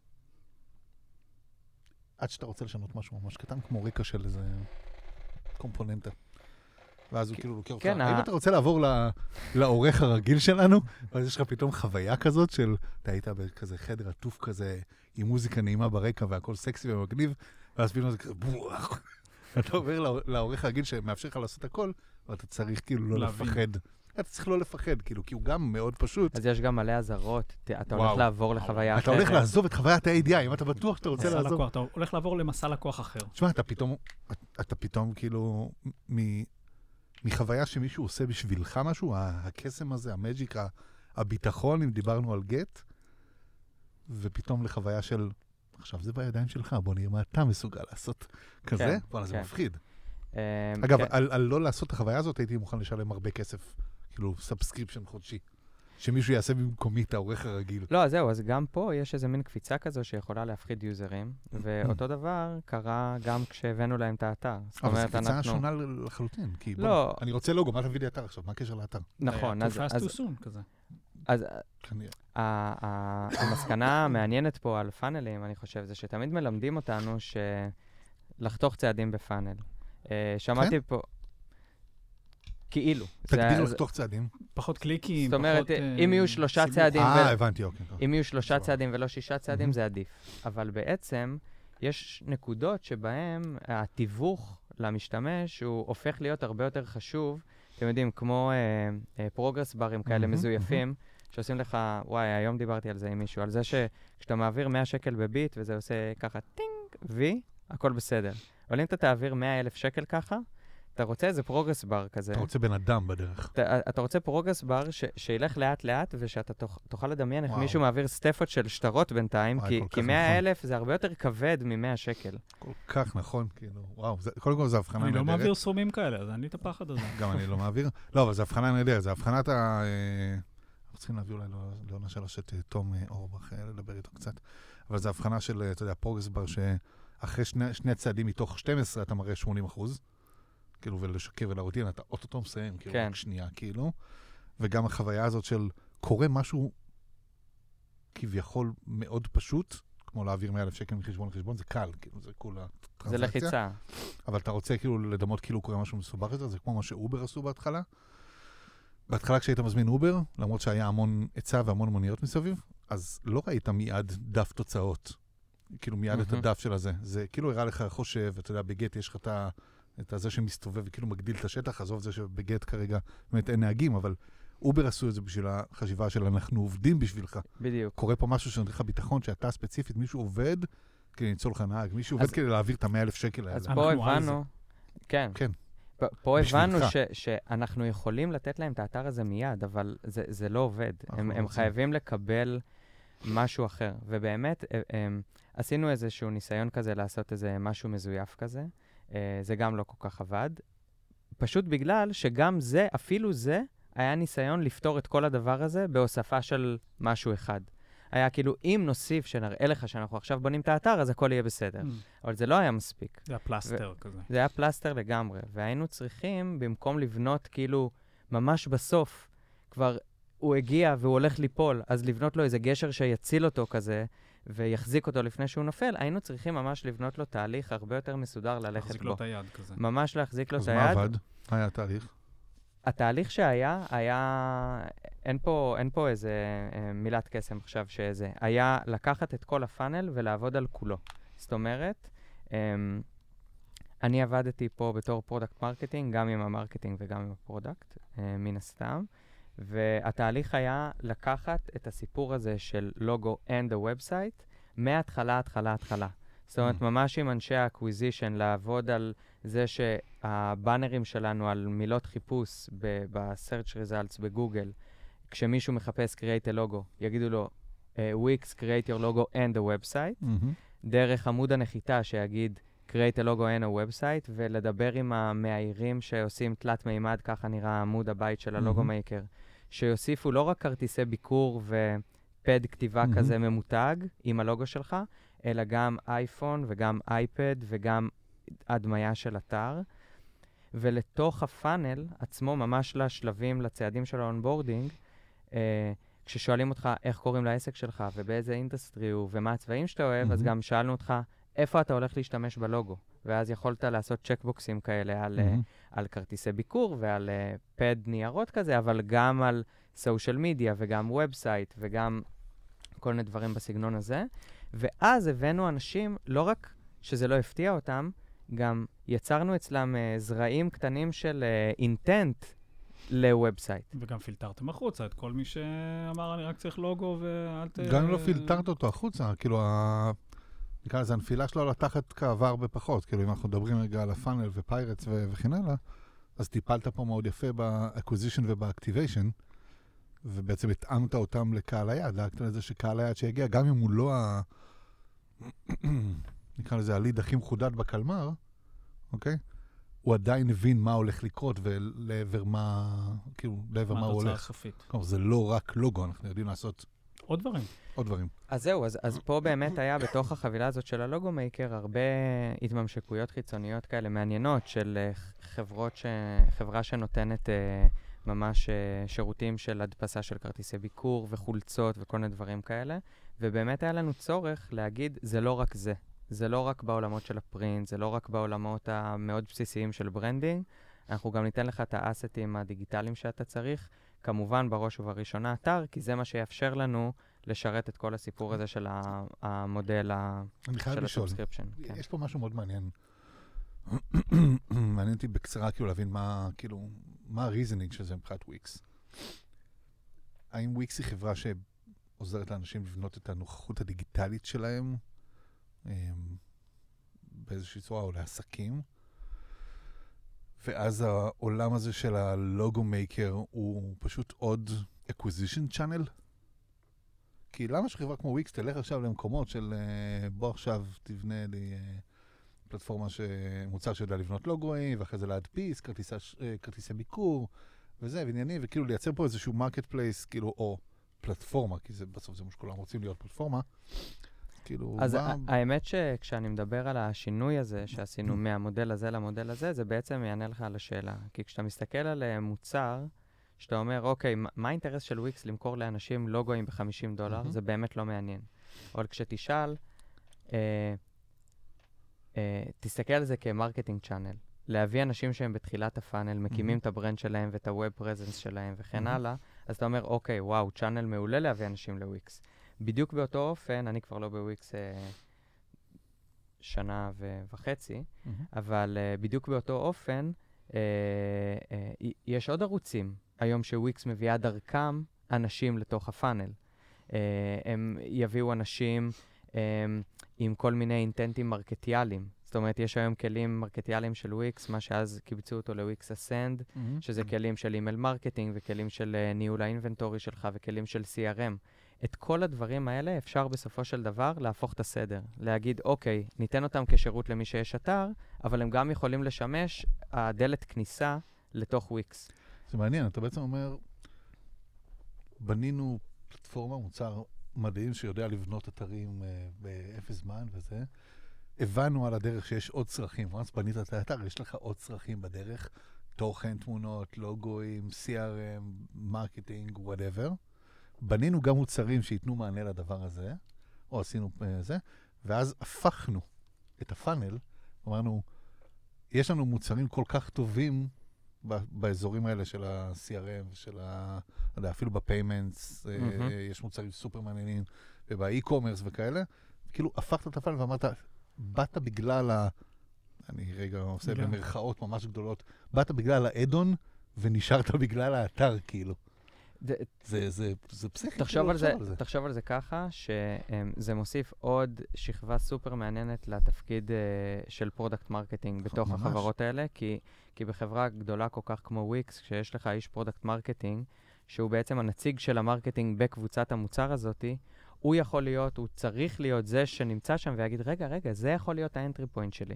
עד שאתה רוצה לשנות משהו ממש קטן, כמו ריקה של איזה קומפוננטה. ואז הוא כאילו לוקח אותך. האם אתה רוצה לעבור לעורך הרגיל שלנו? ואז יש לך פתאום חוויה כזאת של, אתה היית בכזה חדר עטוף כזה, עם מוזיקה נעימה ברקע והכל סקסי ומגניב, ואז פתאום זה כזה בוח. אתה עובר לעורך הרגיל שמאפשר לך לעשות הכל, ואתה צריך כאילו לא לפחד. אתה צריך לא לפחד, כאילו, כי הוא גם מאוד פשוט. אז יש גם מלא עזרות, אתה הולך לעבור לחוויה אחרת. אתה הולך לעזוב את חוויית ה-ADI, אם אתה בטוח שאתה רוצה לעזוב. אתה הולך לעבור למסע לקוח אחר. תשמע, אתה פתאום כאילו, מחוויה שמישהו עושה בשבילך משהו, הקסם הזה, המג'יק, הביטחון, אם דיברנו על גט, ופתאום לחוויה של, עכשיו זה בידיים שלך, בוא נראה מה אתה מסוגל לעשות כזה, בוא זה מפחיד. אגב, על לא לעשות את החוויה הזאת, הייתי מוכן לשלם הרבה כסף, כאילו סאבסקריפשן חודשי, שמישהו יעשה במקומי את העורך הרגיל. לא, זהו, אז גם פה יש איזה מין קפיצה כזו שיכולה להפחיד יוזרים, ואותו דבר קרה גם כשהבאנו להם את האתר. אבל זו קפיצה שונה לחלוטין, כי אני רוצה לוגו, מה תביא לי אתר עכשיו? מה הקשר לאתר? נכון, אז... too fast too soon כזה. אז המסקנה המעניינת פה על פאנלים, אני חושב, זה שתמיד מלמדים אותנו לחתוך צעדים בפאנל. שמעתי פה... כאילו. תגדילו לחתוך צעדים. פחות קליקים, זאת אומרת, אם יהיו 3 צעדים... הבנתי, אוקיי. אם יהיו 3 צעדים ולא 6 צעדים, זה עדיף. אבל בעצם, יש נקודות שבהן התיווך למשתמש הוא הופך להיות הרבה יותר חשוב. אתם יודעים, כמו פרוגרס ברים כאלה מזויפים, שעושים לך, וואי, היום דיברתי על זה עם מישהו, על זה שכשאתה מעביר 100 שקל בביט, וזה עושה ככה טינג, וי, הכל בסדר. אבל אם אתה תעביר 100,000 שקל ככה, אתה רוצה איזה פרוגרס בר כזה. אתה רוצה בן אדם בדרך. אתה רוצה פרוגרס בר שילך לאט לאט, ושאתה תוכל לדמיין איך מישהו מעביר סטפות של שטרות בינתיים, כי 100,000 זה הרבה יותר כבד מ100 שקל. כל כך נכון, כאילו, וואו, קודם כל זה הבחנה נהדרת. אני לא מעביר סכומים כאלה, אז אין לי את הפחד הזה. גם אני לא מעביר. לא, אבל זה הבחנה נהדרת, זה הבחנת ה... אנחנו צריכים להביא אולי לעונה 3 את תום אורבך, לדבר איתו קצת. אבל זה הבחנה של, אתה יודע, פרוגרס בר שאחרי שני צעדים מתוך 12 אתה מראה 80%. כאילו, ולשקר ולהראות, אתה אוטוטו מסיים, כאילו, רק שנייה, כאילו. וגם החוויה הזאת של קורה משהו כביכול מאוד פשוט, כמו להעביר 100,000 שקל מחשבון לחשבון, זה קל, כאילו, זה כולה טרנזקציה. זה לחיצה. אבל אתה רוצה כאילו לדמות כאילו קורה משהו מסובך יותר, זה כמו מה שאובר עשו בהתחלה. בהתחלה כשהיית מזמין אובר, למרות שהיה המון היצע והמון מוניות מסביב, אז לא ראית מיד דף תוצאות. כאילו מיד את הדף של הזה. זה כאילו הראה לך חושב, אתה יודע, בגט יש לך את הזה שמסתובב וכאילו מגדיל את השטח, עזוב זה שבגט כרגע באמת אין נהגים, אבל אובר עשו את זה בשביל החשיבה של אנחנו עובדים בשבילך. בדיוק. קורה פה משהו שנותן לך ביטחון, שאתה ספציפית, מישהו עובד כדי למצוא לך נהג, מישהו עובד כדי להעביר את 100,000 שקל. אז פה הבנו, כן. כן. פה הבנו בשבילך. שאנחנו יכולים לתת להם את האתר הזה מיד, אבל זה לא עובד. הם רוצים. חייבים לקבל משהו אחר. ובאמת, עשינו איזשהו ניסיון כזה לעשות איזה משהו מזויף כזה. זה גם לא כל כך עבד. פשוט בגלל שגם זה, אפילו זה, היה ניסיון לפתור את כל הדבר הזה בהוספה של משהו אחד. היה כאילו, אם נוסיף שנראה לך שאנחנו עכשיו בונים את האתר, אז הכל יהיה בסדר. אבל זה לא היה מספיק. זה היה פלסטר כזה. זה היה פלסטר לגמרי. והיינו צריכים, במקום לבנות כאילו ממש בסוף, כבר הוא הגיע והוא הולך ליפול, אז לבנות לו איזה גשר שיציל אותו כזה, ויחזיק אותו לפני שהוא נופל, היינו צריכים ממש לבנות לו תהליך הרבה יותר מסודר ללכת בו. להחזיק לו את היד כזה. ממש להחזיק לו את היד. אז מה עבד? מה היה התהליך? התהליך שהיה, אין פה איזה מילת קסם עכשיו שזה, היה לקחת את כל הפאנל ולעבוד על כולו. זאת אומרת, אני עבדתי פה בתור פרודקט מרקטינג, גם עם המרקטינג וגם עם הפרודקט, מן הסתם, והתהליך היה לקחת את הסיפור הזה של לוגו and the website, מההתחלה, התחלה. זאת אומרת, ממש עם אנשי האקוויזישן, לעבוד על זה שהבאנרים שלנו על מילות חיפוש ב-search results בגוגל, כשמישהו מחפש create a logo, יגידו לו, Wix, create your logo and the website, דרך עמוד הנחיתה שיגיד, create a logo and a website, ולדבר עם המאיירים שעושים תלת מימד, ככה נראה עמוד הבית של הלוגו מייקר, שיוסיפו לא רק כרטיסי ביקור ופד כתיבה כזה ממותג עם הלוגו שלך, אלא גם אייפון וגם אייפד וגם הדמיה של אתר. ולתוך הפאנל עצמו, ממש לשלבים, לצעדים של האונבורדינג, כששואלים אותך איך קוראים לעסק שלך ובאיזה אינדסטרי הוא ומה הצבעים שאתה אוהב, אז גם שאלנו אותך איפה אתה הולך להשתמש בלוגו. ואז יכולת לעשות צ'קבוקסים כאלה על כרטיסי ביקור ועל פד ניירות כזה, אבל גם על סושיאל מדיה וגם ובסייט וגם כל מיני דברים בסגנון הזה. ואז הבאנו אנשים, לא רק שזה לא הפתיע אותם, גם יצרנו אצלם זרעים קטנים של אינטנט לוובסייט. וגם פילטרתם החוצה את כל מי שאמר, אני רק צריך לוגו ואל ת... גם אם לא פילטרת אותו החוצה, כאילו, נקרא לזה, הנפילה שלו לתחת כאבה הרבה פחות. כאילו, אם אנחנו מדברים רגע על הפאנל ופיירטס וכן הלאה, אז טיפלת פה מאוד יפה באקוויזישן ובאקטיביישן, ובעצם התאמת אותם לקהל היד, דאגת לזה שקהל היד שיגיע, גם אם הוא לא נקרא לזה, הליד הכי מחודד בקלמר, אוקיי? הוא עדיין הבין מה הולך לקרות ולעבר מה, כאילו, לעבר מה הוא הולך. מה התוצאה הסופית. כלומר, זה לא רק לוגו, אנחנו יודעים לעשות עוד דברים. עוד דברים. אז זהו, אז פה באמת היה בתוך החבילה הזאת של הלוגו מייקר הרבה התממשקויות חיצוניות כאלה מעניינות של חברה שנותנת ממש שירותים של הדפסה של כרטיסי ביקור וחולצות וכל מיני דברים כאלה, ובאמת היה לנו צורך להגיד, זה לא רק זה. זה לא רק בעולמות של הפרינט, זה לא רק בעולמות המאוד בסיסיים של ברנדינג, אנחנו גם ניתן לך את האסטים הדיגיטליים שאתה צריך, כמובן בראש ובראשונה אתר, כי זה מה שיאפשר לנו לשרת את כל הסיפור הזה של המודל של הסאבסקריפשן. יש פה משהו מאוד מעניין. מעניין אותי בקצרה כאילו להבין מה, כאילו, מה הריזנינג של זה מבחינת וויקס. האם וויקס היא חברה שעוזרת לאנשים לבנות את הנוכחות הדיגיטלית שלהם באיזושהי צורה או לעסקים? ואז העולם הזה של הלוגו מייקר הוא פשוט עוד acquisition channel? כי למה שחברה כמו וויקס תלך עכשיו למקומות של בוא עכשיו תבנה לי פלטפורמה מוצר שיודע לבנות לוגויים, ואחרי זה להדפיס, כרטיסי ביקור, וזה, ועניינים, וכאילו לייצר פה איזשהו מרקט פלייס, כאילו, או פלטפורמה, כי זה, בסוף זה מה שכולם רוצים להיות פלטפורמה. כאילו, אז האמת שכשאני מדבר על השינוי הזה שעשינו מהמודל הזה למודל הזה, זה בעצם יענה לך על השאלה. כי כשאתה מסתכל על מוצר, שאתה אומר, אוקיי, מה האינטרס של וויקס למכור לאנשים לוגויים $50? זה באמת לא מעניין. אבל כשתשאל, תסתכל על זה כמרקטינג צ'אנל. להביא אנשים שהם בתחילת הפאנל, מקימים את הברנד שלהם ואת הווב פרזנס שלהם וכן הלאה, אז אתה אומר, אוקיי, וואו, צ'אנל מעולה להביא אנשים לוויקס. בדיוק באותו אופן, אני כבר לא בוויקס שנה וחצי, אבל בדיוק באותו אופן, יש עוד ערוצים היום שוויקס מביאה דרכם אנשים לתוך הפאנל. הם יביאו אנשים עם כל מיני אינטנטים מרקטיאליים. זאת אומרת, יש היום כלים מרקטיאליים של וויקס, מה שאז קיבצו אותו לוויקס אסנד, שזה כלים של אימייל מרקטינג, וכלים של ניהול האינבנטורי שלך, וכלים של CRM. את כל הדברים האלה אפשר בסופו של דבר להפוך את הסדר. להגיד, אוקיי, ניתן אותם כשירות למי שיש אתר, אבל הם גם יכולים לשמש הדלת כניסה לתוך וויקס. זה מעניין, אתה בעצם אומר, בנינו פלטפורמה, מוצר מדהים שיודע לבנות אתרים באפס זמן וזה. הבנו על הדרך שיש עוד צרכים. once בנית את האתר, יש לך עוד צרכים בדרך. תוכן, תמונות, לוגויים, CRM, מרקטינג, whatever. בנינו גם מוצרים שיתנו מענה לדבר הזה, או עשינו זה, ואז הפכנו את הפאנל, אמרנו, יש לנו מוצרים כל כך טובים באזורים האלה של ה-CRM, של אפילו בפיימנטס, יש מוצרים סופר מעניינים, ובאי-קומרס וכאלה, כאילו הפכת את הפאנל ואמרת, באת בגלל אני רגע עושה במרכאות ממש גדולות, באת בגלל האדון ונשארת בגלל האתר, כאילו. זה פסיכי. תחשוב על זה ככה, שזה מוסיף עוד שכבה סופר מעניינת לתפקיד של פרודקט מרקטינג בתוך החברות האלה, כי בחברה גדולה כל כך כמו וויקס, כשיש לך איש פרודקט מרקטינג, שהוא בעצם הנציג של המרקטינג בקבוצת המוצר הזאת, הוא יכול להיות, הוא צריך להיות זה שנמצא שם ויגיד, רגע, זה יכול להיות האנטרי פוינט שלי.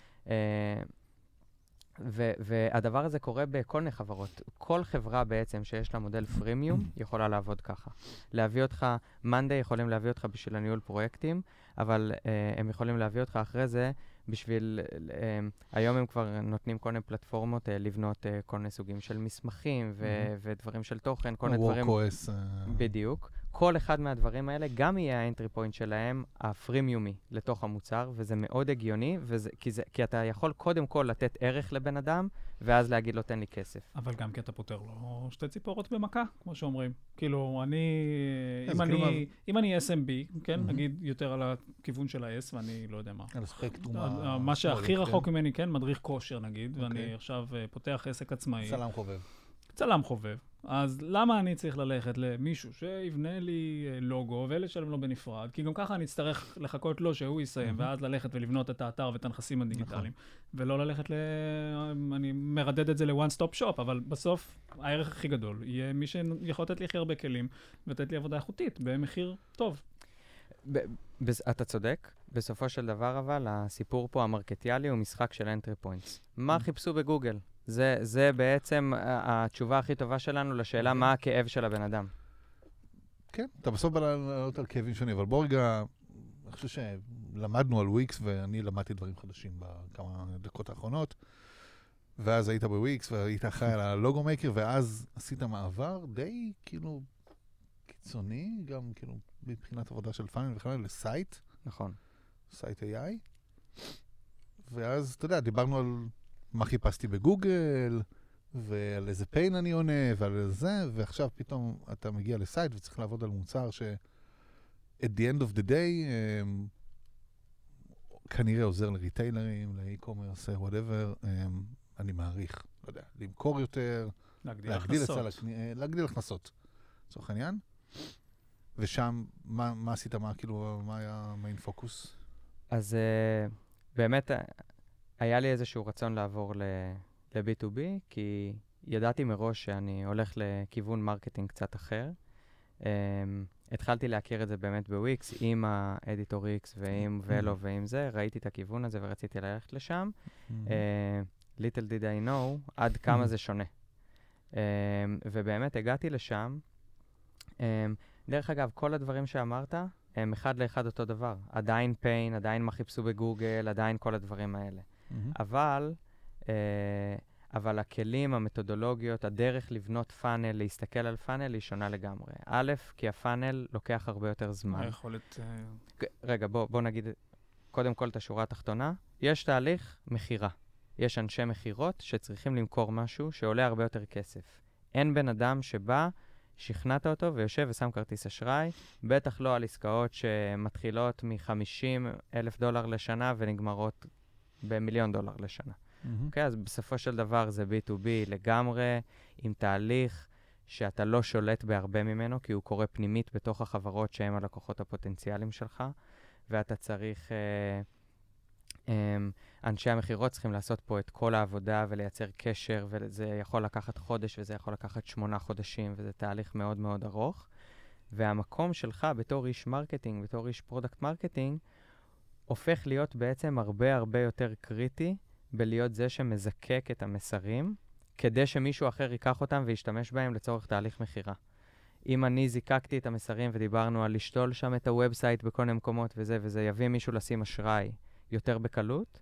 והדבר הזה קורה בכל מיני חברות. כל חברה בעצם שיש לה מודל פרימיום יכולה לעבוד ככה. להביא אותך, מאנדיי יכולים להביא אותך בשביל הניהול פרויקטים, אבל הם יכולים להביא אותך אחרי זה בשביל, היום הם כבר נותנים כל מיני פלטפורמות לבנות כל מיני סוגים של מסמכים ודברים של תוכן, כל מיני דברים. WordPress. בדיוק. כל אחד מהדברים האלה גם יהיה האנטרי פוינט שלהם, הפרימיומי, לתוך המוצר, וזה מאוד הגיוני, כי אתה יכול קודם כל לתת ערך לבן אדם, ואז להגיד לו, תן לי כסף. אבל גם כי אתה פותר לו שתי ציפורות במכה, כמו שאומרים. כאילו, אם אני SMB, כן, נגיד יותר על הכיוון של ה-S, ואני לא יודע מה. על ספקטרום. מה שהכי רחוק ממני, כן, מדריך כושר, נגיד, ואני עכשיו פותח עסק עצמאי. צלם חובב. אז למה אני צריך ללכת למישהו שיבנה לי לוגו ולשלם לו בנפרד? כי גם ככה אני אצטרך לחכות לו שהוא יסיים, ואז ללכת ולבנות את האתר ואת הנכסים הדיגיטליים. ולא ללכת אני מרדד את זה ל-one stop shop, אבל בסוף הערך הכי גדול יהיה מי שיכול לתת לי הכי הרבה כלים, ולתת לי עבודה איכותית במחיר טוב. אתה צודק. בסופו של דבר אבל, הסיפור פה המרקטיאלי הוא משחק של entry points. מה חיפשו בגוגל? זה בעצם התשובה הכי טובה שלנו לשאלה מה הכאב של הבן אדם. כן, אתה בסוף בא לעלות על כאבים שונים, אבל בוא רגע, אני חושב שלמדנו על וויקס, ואני למדתי דברים חדשים בכמה דקות האחרונות, ואז היית בוויקס, והיית אחראי על הלוגו מייקר, ואז עשית מעבר די כאילו קיצוני, גם כאילו מבחינת עבודה של פאנל וכאלה, לסייט. נכון. סייט AI. ואז, אתה יודע, דיברנו על מה חיפשתי בגוגל, ועל איזה פיין אני עונה, ועל זה, ועכשיו פתאום אתה מגיע לסייט וצריך לעבוד על מוצר ש at the end of the day, כנראה עוזר לריטיילרים, לאי-קומרס, whatever, אני מעריך, לא יודע, למכור יותר, להגדיל הכנסות. לצורך העניין. ושם, מה עשית? מה היה המיין פוקוס? אז באמת, היה לי איזשהו רצון לעבור ל-B2B, כי ידעתי מראש שאני הולך לכיוון מרקטינג קצת אחר. התחלתי להכיר את זה באמת בוויקס, עם האדיטור X ועם ולו ועם זה, ראיתי את הכיוון הזה ורציתי ללכת לשם. Little did I know עד כמה זה שונה. ובאמת הגעתי לשם. דרך אגב, כל הדברים שאמרת, הם אחד לאחד אותו דבר. עדיין פיין, עדיין מה חיפשו בגוגל, עדיין כל הדברים האלה. אבל הכלים, המתודולוגיות, הדרך לבנות פאנל, להסתכל על פאנל, היא שונה לגמרי. א', כי הפאנל לוקח הרבה יותר זמן. היכולת... רגע, בוא נגיד קודם כל את השורה התחתונה. יש תהליך מחירה. יש אנשי מחירות שצריכים למכור משהו שעולה הרבה יותר כסף. אין בן אדם שבא, שכנעת אותו ויושב ושם כרטיס אשראי, בטח לא על עסקאות שמתחילות $50,000 לשנה ונגמרות $1,000,000 לשנה. אוקיי, אז בסופו של דבר זה B2B לגמרי, עם תהליך שאתה לא שולט בהרבה ממנו, כי הוא קורה פנימית בתוך החברות שהם הלקוחות הפוטנציאליים שלך, ואתה צריך אנשי המחירות צריכים לעשות פה את כל העבודה ולייצר קשר, וזה יכול לקחת חודש וזה יכול לקחת 8 חודשים, וזה תהליך מאוד מאוד ארוך. והמקום שלך בתור איש מרקטינג, בתור איש פרודקט מרקטינג, הופך להיות בעצם הרבה הרבה יותר קריטי בלהיות זה שמזקק את המסרים, כדי שמישהו אחר ייקח אותם וישתמש בהם לצורך תהליך מחירה. אם אני זיקקתי את המסרים ודיברנו על לשתול שם את הוובסייט בכל מיני מקומות וזה יביא מישהו לשים אשראי יותר בקלות,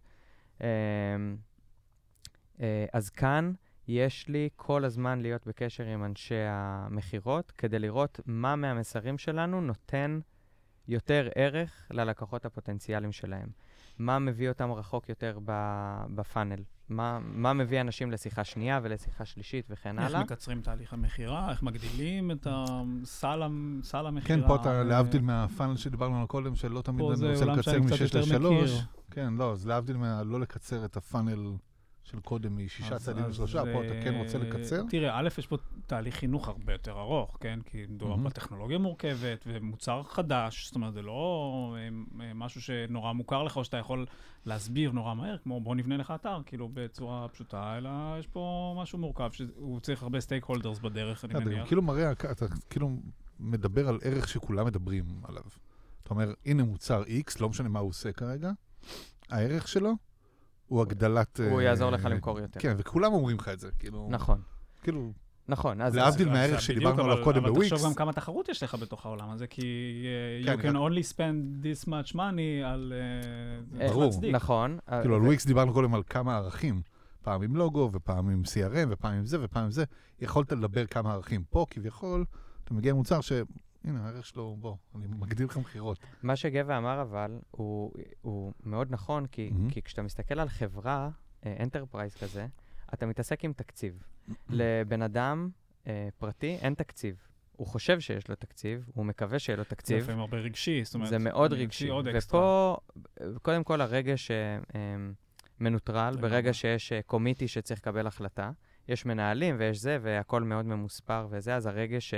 אז כאן יש לי כל הזמן להיות בקשר עם אנשי המחירות, כדי לראות מה מהמסרים שלנו נותן יותר ערך ללקוחות הפוטנציאליים שלהם. מה מביא אותם רחוק יותר בפאנל? מה מביא אנשים לשיחה שנייה ולשיחה שלישית וכן הלאה? איך מקצרים תהליך המחירה? איך מגדילים את סל המחירה? כן, פה אתה להבדיל מהפאנל שדיברנו עליו קודם, שלא תמיד אני רוצה לקצר מ-6 ל-3. כן, לא, אז להבדיל לא לקצר את הפאנל של קודם מ6 צעדים ל3, פה אתה כן רוצה לקצר? תראה, א', יש פה תהליך חינוך הרבה יותר ארוך, כן? כי מדובר בטכנולוגיה מורכבת ומוצר חדש, זאת אומרת, זה לא משהו שנורא מוכר לך, או שאתה יכול להסביר נורא מהר, כמו בוא נבנה לך אתר, כאילו בצורה פשוטה, אלא יש פה משהו מורכב, שהוא צריך הרבה סטייק הולדרס בדרך, אני מניח. כאילו מראה, אתה כאילו מדבר על ערך שכולם מדברים עליו. אתה אומר, הנה מוצר X, לא משנה מה הוא עושה כרגע, הערך שלו, הוא הגדלת... הוא יעזור לך למכור יותר. כן, וכולם אומרים לך את זה, כאילו... נכון. כאילו... נכון, אז... להבדיל מהערך שדיברנו עליו קודם בוויקס. אבל תחשוב גם כמה תחרות יש לך בתוך העולם הזה, כי you can only spend this much money על... ברור. נכון. כאילו, על וויקס דיברנו קודם על כמה ערכים. פעם עם לוגו, ופעם עם CRM, ופעם עם זה, ופעם עם זה. יכולת לדבר כמה ערכים. פה, כביכול, אתה מגיע למוצר ש... הנה, הערך שלו, בוא, אני מגדיל לך מחירות. מה שגבע אמר אבל, הוא מאוד נכון, כי כשאתה מסתכל על חברה, אנטרפרייז כזה, אתה מתעסק עם תקציב. לבן אדם פרטי אין תקציב. הוא חושב שיש לו תקציב, הוא מקווה שיהיה לו תקציב. זה לפעמים הרבה רגשי, זאת אומרת... זה מאוד רגשי. ופה, קודם כל, הרגש מנוטרל, ברגע שיש קומיטי שצריך לקבל החלטה, יש מנהלים ויש זה, והכל מאוד ממוספר וזה, אז הרגש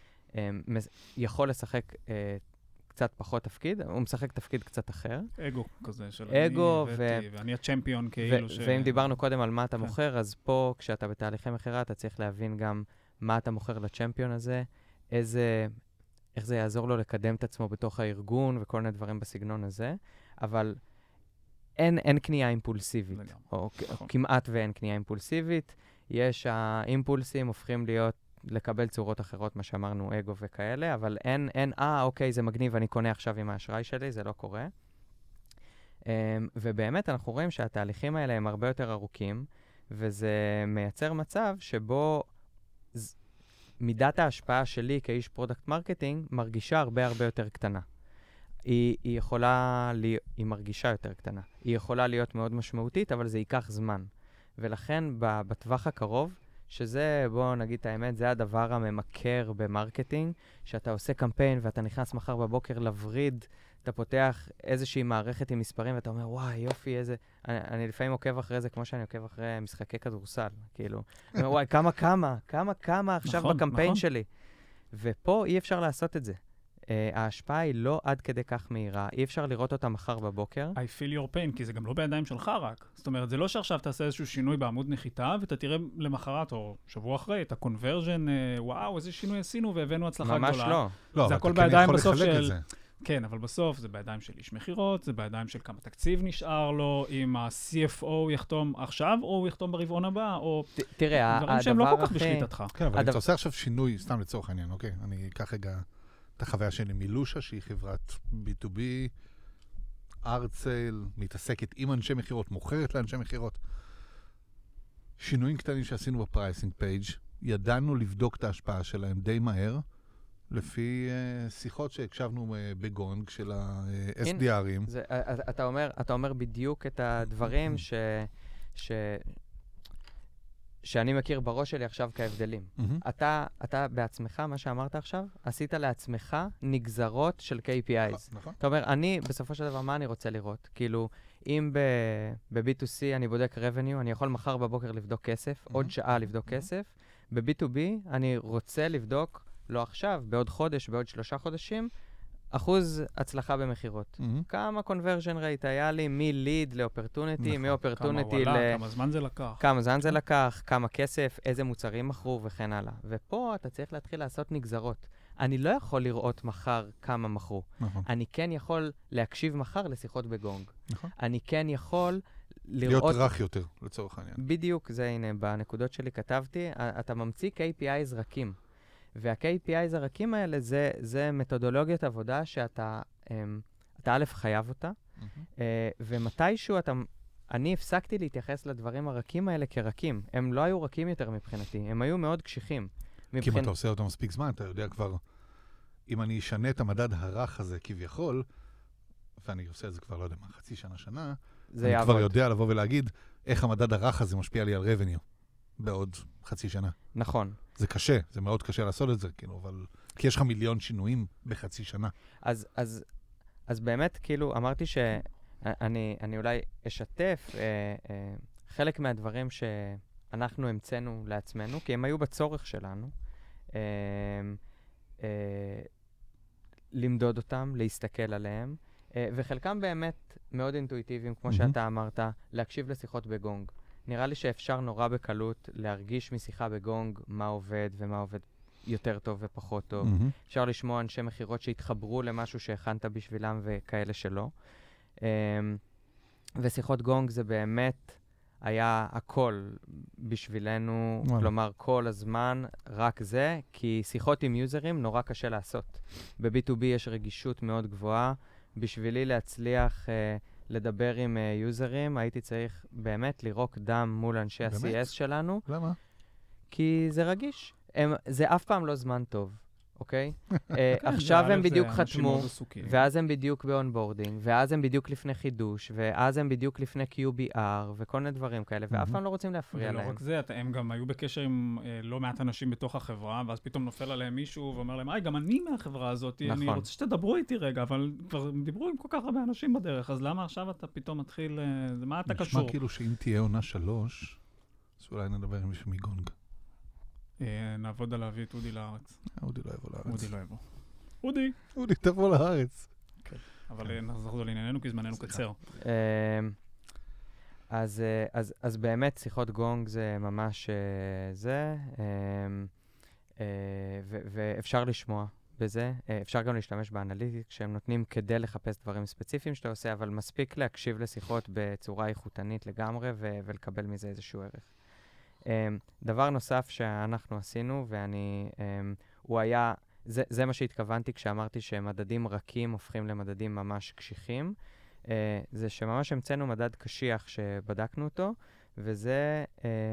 יכול לשחק קצת פחות תפקיד, הוא משחק תפקיד קצת אחר. אגו כזה של אגו ואני הצ'מפיון כאילו ואם דיברנו קודם על מה אתה מוכר, אז פה כשאתה בתהליכי מחירה, אתה צריך להבין גם מה אתה מוכר לצ'מפיון הזה, איך זה יעזור לו לקדם את עצמו בתוך הארגון וכל מיני דברים בסגנון הזה, אבל אין קנייה אימפולסיבית, או כמעט ואין קנייה אימפולסיבית, יש האימפולסים הופכים להיות לקבל צורות אחרות, מה שאמרנו, אגו וכאלה, אבל אין, אוקיי, זה מגניב, אני קונה עכשיו עם האשראי שלי, זה לא קורה. ובאמת אנחנו רואים שהתהליכים האלה הם הרבה יותר ארוכים, וזה מייצר מצב שבו מידת ההשפעה שלי כאיש פרודקט מרקטינג מרגישה הרבה הרבה יותר קטנה. היא מרגישה יותר קטנה. היא יכולה להיות מאוד משמעותית, אבל זה ייקח זמן. ולכן בטווח הקרוב, שזה, בואו נגיד את האמת, זה הדבר הממכר במרקטינג, שאתה עושה קמפיין ואתה נכנס מחר בבוקר לבריד, אתה פותח איזושהי מערכת עם מספרים ואתה אומר, וואי, יופי, איזה... אני לפעמים עוקב אחרי זה כמו שאני עוקב אחרי משחקי כדורסל, כאילו. אני אומר, וואי, כמה עכשיו בקמפיין שלי. ופה אי אפשר לעשות את זה. ההשפעה היא לא עד כדי כך מהירה, אי אפשר לראות אותה מחר בבוקר. I feel your pain, כי זה גם לא בידיים שלך רק. זאת אומרת, זה לא שעכשיו תעשה איזשהו שינוי בעמוד נחיתה, ואתה תראה למחרת או שבוע אחרי את הקונברז'ן, וואו, איזה שינוי עשינו והבאנו הצלחה גדולה. ממש לא. לא, זה אבל הכל אתה כן יכול בסוף לחלק את זה. כן, אבל בסוף זה בידיים של איש מחירות, זה בידיים של כמה תקציב נשאר לו, אם ה-CFO יחתום עכשיו, או הוא יחתום ברבעון הבא, או תראה, דברים שהם לא כל כך בשליטתך. כן, אבל אתה עושה עכשיו שינוי, סתם לצורך העניין, אוקיי? אני אקח רגע את החוויה שלי מלושה, שהיא חברת B2B, ארצל, מתעסקת עם אנשי מחירות, מוכרת לאנשי מחירות. שינויים קטנים שעשינו בפרייסינג פייג', ידענו לבדוק את ההשפעה שלהם די מהר, לפי שיחות שהקשבנו בגונג של ה-SDRים. אתה אומר בדיוק את הדברים שאני מכיר בראש שלי עכשיו כהבדלים. אתה בעצמך, מה שאמרת עכשיו, עשית לעצמך נגזרות של KPIs. נכון. אתה אומר, אני, בסופו של דבר, מה אני רוצה לראות? כאילו, אם ב-B2C אני בודק revenue, אני יכול מחר בבוקר לבדוק כסף, עוד שעה לבדוק כסף. ב-B2B אני רוצה לבדוק, לא עכשיו, בעוד חודש, בעוד 3 חודשים, אחוז הצלחה במחירות. כמה conversion rate היה לי מ-lead ל-opportunity, מ-opportunity כמה זמן זה לקח. כמה זמן זה לקח, כמה כסף, איזה מוצרים מכרו וכן הלאה. ופה אתה צריך להתחיל לעשות נגזרות. אני לא יכול לראות מחר כמה מכרו. אני כן יכול להקשיב מחר לשיחות בגונג. אני כן יכול לראות... להיות רך יותר, לצורך העניין. בדיוק, זה הנה, בנקודות שלי כתבתי, אתה ממציא KPIs רכים. וה-KPIs הרכים האלה זה מתודולוגיית עבודה שאתה א' חייב אותה, ומתישהו אני הפסקתי להתייחס לדברים הרכים האלה כרכים. הם לא היו רכים יותר מבחינתי, הם היו מאוד קשיחים. כי אם אתה עושה אותו מספיק זמן, אתה יודע כבר, אם אני אשנה את המדד הרך הזה כביכול, ואני עושה את זה כבר, לא יודע מה, חצי שנה, אני כבר יודע לבוא ולהגיד איך המדד הרך הזה משפיע לי על revenue בעוד חצי שנה. נכון. זה קשה, זה מאוד קשה לעשות את זה, כאילו, אבל... כי יש לך מיליון שינויים בחצי שנה. אז באמת, כאילו, אמרתי שאני אולי אשתף חלק מהדברים שאנחנו המצאנו לעצמנו, כי הם היו בצורך שלנו, למדוד אותם, להסתכל עליהם, וחלקם באמת מאוד אינטואיטיביים, כמו שאתה אמרת, להקשיב לשיחות בגונג. נראה לי שאפשר נורא בקלות להרגיש משיחה בגונג מה עובד ומה עובד יותר טוב ופחות טוב. אפשר לשמוע אנשי מחירות שהתחברו למשהו שהכנת בשבילם וכאלה שלא. ושיחות גונג זה באמת היה הכל בשבילנו, כלומר כל הזמן רק זה, כי שיחות עם יוזרים נורא קשה לעשות. ב-B2B יש רגישות מאוד גבוהה. בשבילי להצליח לדבר עם יוזרים, הייתי צריך באמת לירוק דם מול אנשי ה-CS שלנו. למה? כי זה רגיש. זה אף פעם לא זמן טוב, אוקיי? עכשיו הם בדיוק חתמו, ואז הם בדיוק באונבורדינג, ואז הם בדיוק לפני חידוש, ואז הם בדיוק לפני QBR, וכל מיני דברים כאלה, ואף פעם לא רוצים להפריע להם. ולא רק זה, הם גם היו בקשר עם לא מעט אנשים בתוך החברה, ואז פתאום נופל עליהם מישהו ואומר להם, גם אני מהחברה הזאת, אני רוצה שתדברו איתי רגע, אבל כבר דיברו עם כל כך הרבה אנשים בדרך, אז למה עכשיו אתה פתאום מתחיל, מה אתה קשור? נשמע כאילו שאם תהיה עונה 3, אז אולי נדבר עם מישהו מגונג. נעבוד על להביא את אודי לארץ. אודי לא יבוא לארץ. אודי לא יבוא. אודי, תבוא לארץ. כן, אבל נחזור לענייננו, כי זמננו קצר. אז באמת שיחות גונג זה ממש זה, ואפשר לשמוע בזה. אפשר גם להשתמש באנליטיקס שהם נותנים כדי לחפש דברים ספציפיים שאתה עושה, אבל מספיק להקשיב לשיחות בצורה איכותנית לגמרי ולקבל מזה איזשהו ערך. דבר נוסף שאנחנו עשינו, הוא היה, זה מה שהתכוונתי כשאמרתי שמדדים רכים הופכים למדדים ממש קשיחים, זה שממש המצאנו מדד קשיח שבדקנו אותו, וזה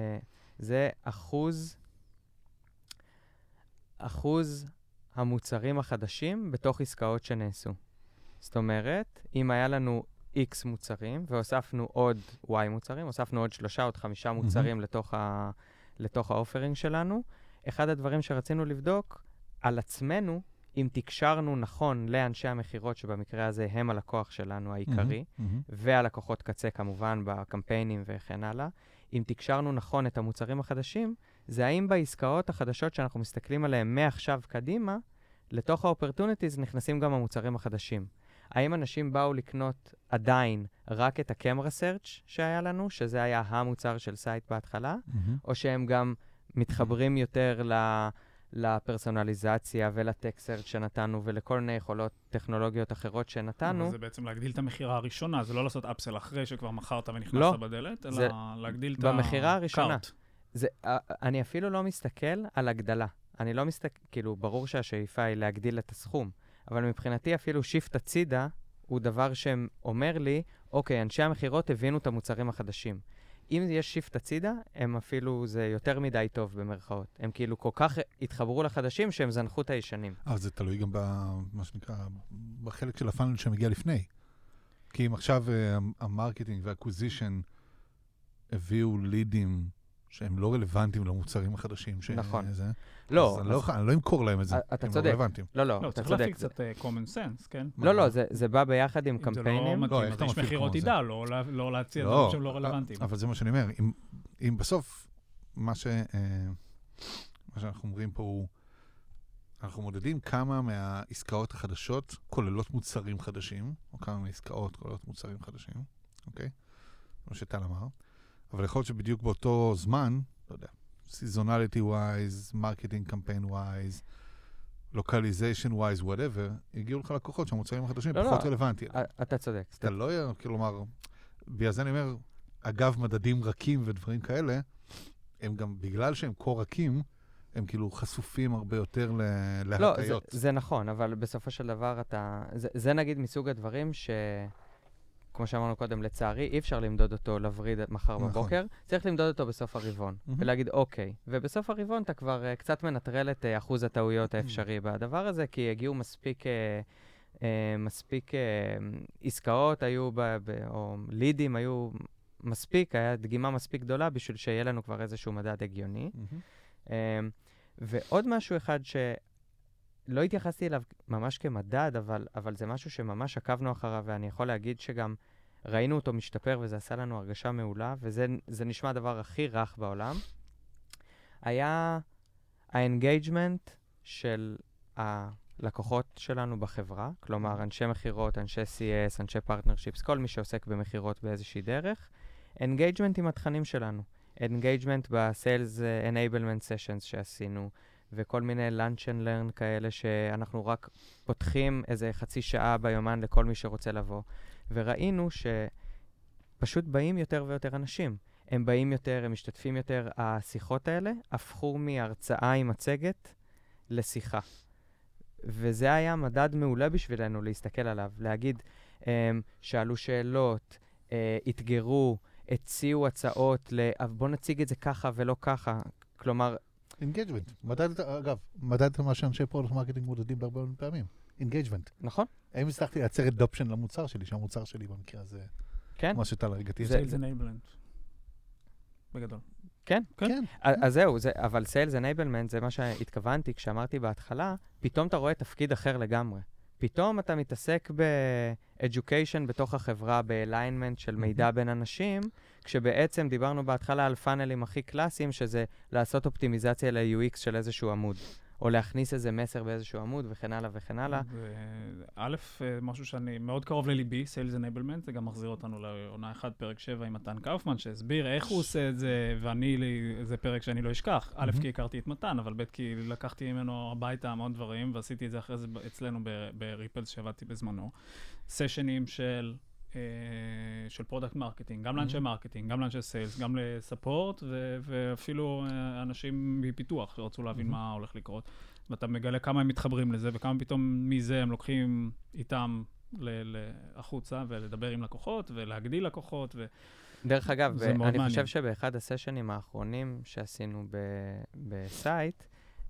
אחוז המוצרים החדשים בתוך עסקאות שנעשו. זאת אומרת, אם היה לנו X מוצרים, והוספנו עוד Y מוצרים, הוספנו עוד 3 או 5 מוצרים לתוך האופרינג שלנו. אחד הדברים שרצינו לבדוק על עצמנו, אם תקשרנו נכון לאנשי המחירות, שבמקרה הזה הם הלקוח שלנו העיקרי, והלקוחות קצה כמובן בקמפיינים וכן הלאה, אם תקשרנו נכון את המוצרים החדשים, זה האם בעסקאות החדשות שאנחנו מסתכלים עליהן מעכשיו קדימה, לתוך ה-opportunities נכנסים גם המוצרים החדשים. האם אנשים באו לקנות עדיין רק את ה-Camera Search שהיה לנו, שזה היה המוצר של סייט בהתחלה, או שהם גם מתחברים יותר לפרסונליזציה ולטקסט סרצ' שנתנו, ולכל מיני יכולות טכנולוגיות אחרות שנתנו. זה בעצם להגדיל את המחירה הראשונה, זה לא לעשות אפסל אחרי שכבר מכרת ונכנסת בדלת, אלא להגדיל את במחירה הראשונה. אני אפילו לא מסתכל על הגדלה. אני לא מסתכל, כאילו, ברור שהשאיפה היא להגדיל את הסכום, אבל מבחינתי אפילו שיפט הצידה הוא דבר שאומר לי, אוקיי, אנשי המחירות הבינו את המוצרים החדשים. אם יש שיפט הצידה, הם אפילו, זה יותר מדי טוב במרכאות. הם כאילו כל כך התחברו לחדשים שהם זנחו את הישנים. אבל זה תלוי גם במה שנקרא, בחלק של הפאנל שמגיע לפני. כי אם עכשיו המרקטינג והאקוויזישן הביאו לידים שהם לא רלוונטיים למוצרים החדשים. נכון. לא. אני לא אמכור להם את זה. אתה צודק. לא, צריך להפיק קצת common sense, כן? לא, זה בא ביחד עם קמפיינים. לא, איך אתה מפיק מחירות ידע, לא להציע דברים שהם לא רלוונטיים. אבל זה מה שאני אומר. אם בסוף מה שאנחנו אומרים פה הוא, אנחנו מודדים כמה מהעסקאות החדשות כוללות מוצרים חדשים, או כמה מהעסקאות כוללות מוצרים חדשים, אוקיי? כמו שטל אמר. אבל יכול להיות שבדיוק באותו זמן, לא יודע, seasonality wise, marketing campaign wise, localization wise, whatever, הגיעו לך לקוחות שהמוצרים החדשים פחות רלוונטיים. אתה צודק. אתה לא, כלומר, בגלל זה אני אומר, אגב מדדים רכים ודברים כאלה, הם גם, בגלל שהם כה רכים, הם כאילו חשופים הרבה יותר להטיות. לא, זה נכון, אבל בסופו של דבר זה נגיד מסוג הדברים כמו שאמרנו קודם, לצערי, אי אפשר למדוד אותו לווריד מחר בבוקר, צריך למדוד אותו בסוף הרבעון, ולהגיד אוקיי. ובסוף הרבעון אתה כבר קצת מנטרל את אחוז הטעויות האפשרי בדבר הזה, כי הגיעו מספיק עסקאות היו, או לידים היו מספיק, היה דגימה מספיק גדולה בשביל שיהיה לנו כבר איזשהו מדד הגיוני. ועוד משהו אחד שלא התייחסתי אליו ממש כמדד, אבל זה משהו שממש עקבנו אחריו, ואני יכול להגיד שגם ראינו אותו משתפר, וזה עשה לנו הרגשה מעולה, וזה נשמע הדבר הכי רך בעולם, היה האנגייג'מנט של הלקוחות שלנו בחברה, כלומר, אנשי מחירות, אנשי CS, אנשי פרטנרשיפס, כל מי שעוסק במחירות באיזושהי דרך, אנגייג'מנט עם התכנים שלנו, אנגייג'מנט בסיילס אנייבלמנט סשנס שעשינו, וכל מיני lunch and learn כאלה שאנחנו רק פותחים איזה חצי שעה ביומן לכל מי שרוצה לבוא. וראינו שפשוט באים יותר ויותר אנשים. הם באים יותר, הם משתתפים יותר. השיחות האלה הפכו מהרצאה עם מצגת לשיחה. וזה היה מדד מעולה בשבילנו להסתכל עליו, להגיד, שאלו שאלות, התגרו, הציעו הצעות, בוא נציג את זה ככה ולא ככה. כלומר, אינגייג'מנט. מדדת מה שאנשי פרודקט מרקטינג מודדים בהרבה פעמים. אינגייג'מנט. נכון. האם הצלחתי לייצר אדופשן למוצר שלי, שהמוצר שלי במקרה הזה, כמו שטל הרגעתי. Sales enablement. בגדול. כן. אז זהו, אבל Sales enablement זה מה שהתכוונתי כשאמרתי בהתחלה, פתאום אתה רואה תפקיד אחר לגמרי. פתאום אתה מתעסק ב-education בתוך החברה, ב-alignment של מידע בין אנשים, כשבעצם דיברנו בהתחלה על פאנלים הכי קלאסיים, שזה לעשות אופטימיזציה ל-UX של איזשהו עמוד, או להכניס איזה מסר באיזשהו עמוד, וכן הלאה וכן הלאה. א', משהו שאני מאוד קרוב לליבי, Sales Enablement, זה גם מחזיר אותנו לעונה 1, פרק 7 עם מתן קאופמן, שהסביר איך הוא עושה את זה, זה פרק שאני לא אשכח. א', כי הכרתי את מתן, אבל ב', כי לקחתי ממנו הביתה המון דברים, ועשיתי את זה אחרי זה אצלנו בריפלס שעבדתי בזמנו. סשנים של פרודקט מרקטינג, גם לאנשי מרקטינג, גם לאנשי סיילס, גם לספורט, ואפילו אנשים מפיתוח שרצו להבין מה הולך לקרות. ואתה מגלה כמה הם מתחברים לזה, וכמה פתאום מזה הם לוקחים איתם החוצה, ולדבר עם לקוחות, ולהגדיל לקוחות. דרך אגב, אני חושב שבאחד הסשנים האחרונים שעשינו בסייט,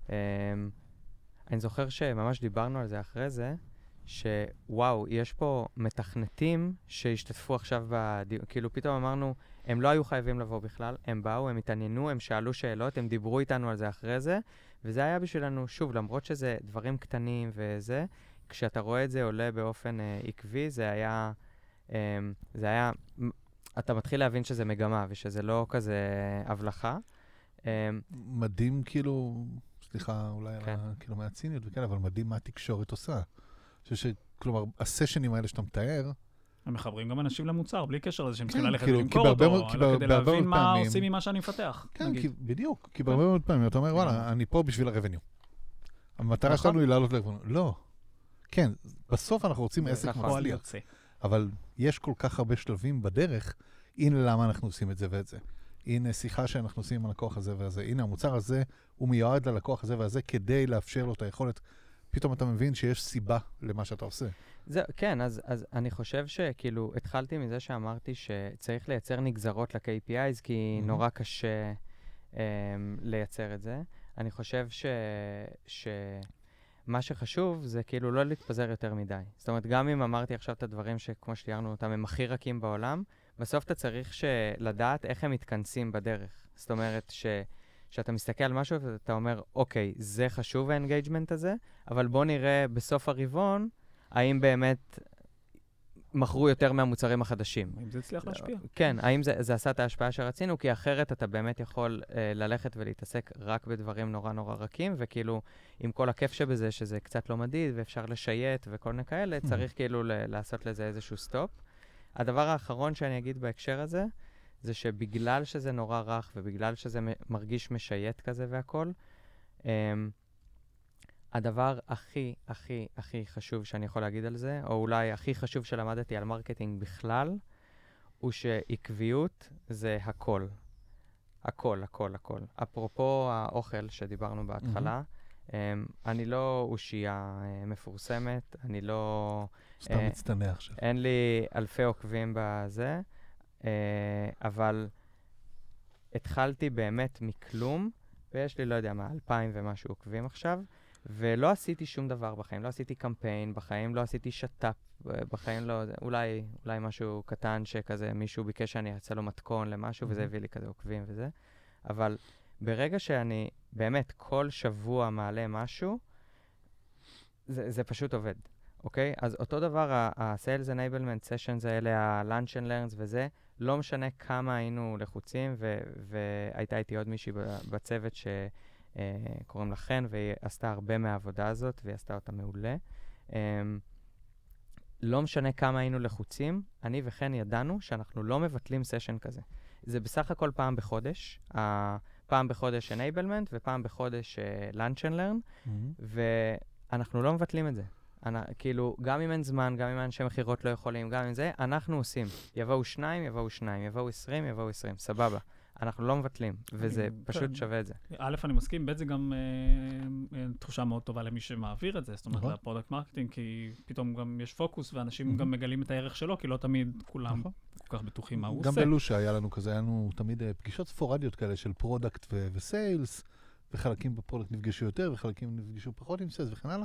אני זוכר שממש דיברנו על זה אחרי זה, שוואו, יש פה מתכנתים שהשתתפו עכשיו בדיון, כאילו פתאום אמרנו, הם לא היו חייבים לבוא בכלל, הם באו, הם התעניינו, הם שאלו שאלות, הם דיברו איתנו על זה אחרי זה, וזה היה בשבילנו, שוב, למרות שזה דברים קטנים וזה, כשאתה רואה את זה עולה באופן עקבי, זה היה, אתה מתחיל להבין שזה מגמה, ושזה לא כזה הבלחה. מדהים כאילו, סליחה אולי כאילו מהציניות וכאלה, אבל מדהים מה התקשורת עושה. כלומר, הסשנים האלה שאתה מתאר, הם מחברים גם אנשים למוצר, בלי קשר לזה שהם צריכים ללכת ולמכור אותו, אלא כדי להבין מה עושים ממה שאני מפתח. כן, בדיוק, כי בהרבה מאוד פעמים אתה אומר, וואלה, אני פה בשביל הרבניו. המטרה שלנו היא לעלות לרבניו. לא. כן, בסוף אנחנו רוצים עסק מצליח. אבל יש כל כך הרבה שלבים בדרך, הנה למה אנחנו עושים את זה ואת זה. הנה שיחה שאנחנו עושים עם הלקוח הזה והזה. הנה המוצר הזה, הוא מיועד ללקוח הזה והזה, כדי לאפשר לו את היכולת. פתאום אתה מבין שיש סיבה למה שאתה עושה. כן, אז אני חושב שכאילו התחלתי מזה שאמרתי שצריך לייצר נגזרות ל-KPIs, כי נורא קשה לייצר את זה. אני חושב שמה שחשוב זה כאילו לא להתפזר יותר מדי. זאת אומרת, גם אם אמרתי עכשיו את הדברים שכמו שתיארנו אותם, הם הכי רכים בעולם, בסוף אתה צריך לדעת איך הם מתכנסים בדרך. זאת אומרת שאתה מסתכל על משהו ואתה אומר, אוקיי, זה חשוב האנגייג'מנט הזה, אבל בוא נראה בסוף הרבעון, האם באמת מכרו יותר מהמוצרים החדשים. האם זה הצליח להשפיע? כן, האם זה עשה את ההשפעה שרצינו, כי אחרת אתה באמת יכול ללכת ולהתעסק רק בדברים נורא נורא רכים, וכאילו, עם כל הכיף שבזה, שזה קצת לא מדיד, ואפשר לשייט וכל מיני כאלה, צריך כאילו לעשות לזה איזשהו סטופ. הדבר האחרון שאני אגיד בהקשר הזה, זה שבגלל שזה נורא רך, ובגלל שזה מרגיש משייט כזה והכל, הדבר הכי, הכי, הכי חשוב שאני יכול להגיד על זה, או אולי הכי חשוב שלמדתי על מרקטינג בכלל, הוא שעקביות זה הכל. הכל, הכל, הכל. אפרופו האוכל שדיברנו בהתחלה, אני לא אושייה מפורסמת, אני לא... סתם מצטנע עכשיו. אין לי אלפי עוקבים בזה, אבל התחלתי באמת מכלום, ויש לי, לא יודע מה, 2,000 ומשהו עוקבים עכשיו, ולא עשיתי שום דבר בחיים, לא עשיתי קמפיין בחיים, לא עשיתי שטאפ בחיים, לא, אולי משהו קטן שכזה מישהו ביקש שאני אעשה לו מתכון למשהו, וזה הביא לי כזה עוקבים וזה, אבל ברגע שאני באמת כל שבוע מעלה משהו, זה פשוט עובד, אוקיי? אז אותו דבר, ה-Sales Enablement Sessions האלה, ה-Lunch and Learns וזה, לא משנה כמה היינו לחוצים, והייתה איתי עוד מישהי בצוות שקוראים לה חן, והיא עשתה הרבה מהעבודה הזאת, והיא עשתה אותה מעולה. לא משנה כמה היינו לחוצים, אני וכן ידענו שאנחנו לא מבטלים סשן כזה. זה בסך הכל פעם בחודש, פעם בחודש Enablement, ופעם בחודש Lunch and Learn, ואנחנו לא מבטלים את זה. כאילו, גם אם אין זמן, גם אם אנשי מחירות לא יכולים, גם אם זה, אנחנו עושים. יבואו 2, יבואו 2, יבואו 20, יבואו 20, סבבה. אנחנו לא מבטלים, וזה פשוט שווה את זה. א', אני מסכים, ב' זה גם תחושה מאוד טובה למי שמעביר את זה, זאת אומרת, לפרודקט מרקטינג, כי פתאום גם יש פוקוס, ואנשים גם מגלים את הערך שלו, כי לא תמיד כולם כל כך בטוחים מה הוא עושה. גם בלושה היה לנו כזה, היה לנו תמיד פגישות ספורדיות כאלה של פרודקט וסיילס, וחלקים בפרודקט נפגשו יותר, וחלקים נפגשו פחות עם סיילס וכן הלאה.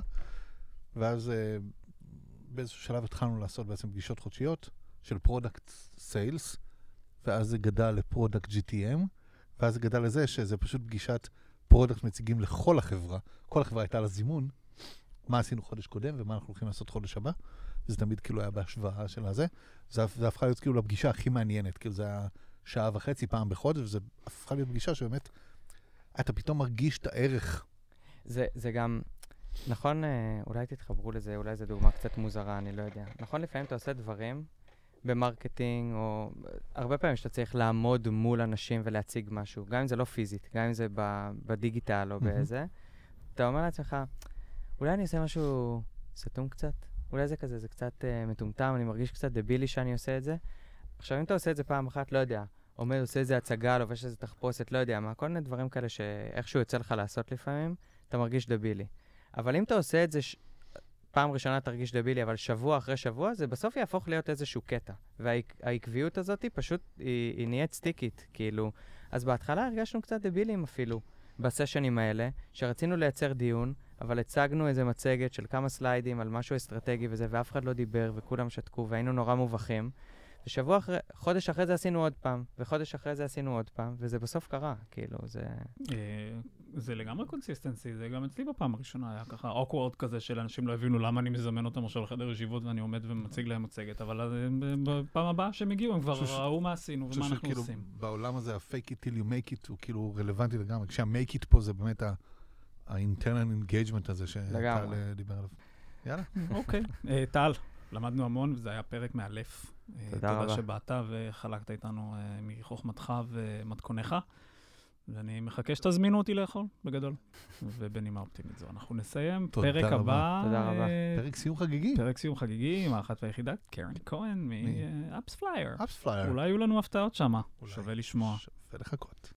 ואז באיזשהו שלב התחלנו לעשות בעצם פגישות חודשיות של פרודקט סיילס, ואז זה גדל לפרודקט GTM, ואז זה גדל לזה שזה פשוט פגישת פרודקט מציגים לכל החברה. כל החברה הייתה לה זימון, מה עשינו חודש קודם ומה אנחנו הולכים לעשות חודש הבא. וזה תמיד כאילו היה בהשוואה של הזה. זה הפכה להיות כאילו לפגישה הכי מעניינת, כאילו זה היה 1.5 שעה פעם בחודש, וזה הפכה להיות פגישה שבאמת אתה פתאום מרגיש את הערך. זה גם... נכון, אולי תתחברו לזה, אולי זו דוגמה קצת מוזרה, אני לא יודע. נכון, לפעמים אתה עושה דברים במרקטינג, או הרבה פעמים שאתה צריך לעמוד מול אנשים ולהציג משהו, גם אם זה לא פיזית, גם אם זה בדיגיטל או באיזה, אתה אומר לעצמך, אולי אני אעשה משהו סתום קצת, אולי זה כזה, זה קצת מטומטם, אני מרגיש קצת דבילי שאני עושה את זה. עכשיו, אם אתה עושה את זה פעם אחת, לא יודע, עומד, עושה איזה הצגה, לובש איזה תחפושת, לא יודע מה, כל מיני דברים כאלה שאיכשהו יוצא לך לעשות לפעמים, אתה מרגיש דבילי. אבל אם אתה עושה את זה, פעם ראשונה תרגיש דבילי, אבל שבוע אחרי שבוע, זה בסוף יהפוך להיות איזשהו קטע. והעקביות הזאת פשוט, היא נהיית סטיקית, כאילו. אז בהתחלה הרגשנו קצת דבילים אפילו, בסשנים האלה, שרצינו לייצר דיון, אבל הצגנו איזה מצגת של כמה סליידים על משהו אסטרטגי וזה, ואף אחד לא דיבר, וכולם שתקו, והיינו נורא מובכים. חודש אחרי זה עשינו עוד פעם, וחודש אחרי זה עשינו עוד פעם, וזה בסוף קרה, כאילו, זה... זה לגמרי קונסיסטנסי, זה גם אצלי בפעם הראשונה היה ככה, אוקוורד כזה של אנשים לא הבינו למה אני מזמן אותם עכשיו לחדר ישיבות ואני עומד ומציג להם מצגת, אבל בפעם הבאה שהם הגיעו, הם כבר ראו מה עשינו ומה אנחנו עושים. בעולם הזה, ה-fake it till you make it הוא כאילו רלוונטי לגמרי, כשה-make it פה זה באמת ה-internal engagement הזה שטל דיבר עליו. יאללה. אוקיי, טל. למדנו המון, וזה היה פרק מאלף. תודה שבאת וחלקת איתנו מחוכמתך ומתכונך. ואני מחכה שתזמינו אותי לאכול, בגדול. ובנימה אופטימית זו. אנחנו נסיים. פרק הבא. תודה רבה. פרק סיום חגיגי. פרק סיום חגיגי, עם האחת והיחידה, קרן כהן מ-Apps Flyer. Apps Flyer. אולי יהיו לנו הפתעות שמה. שווה לשמוע. שווה לחכות.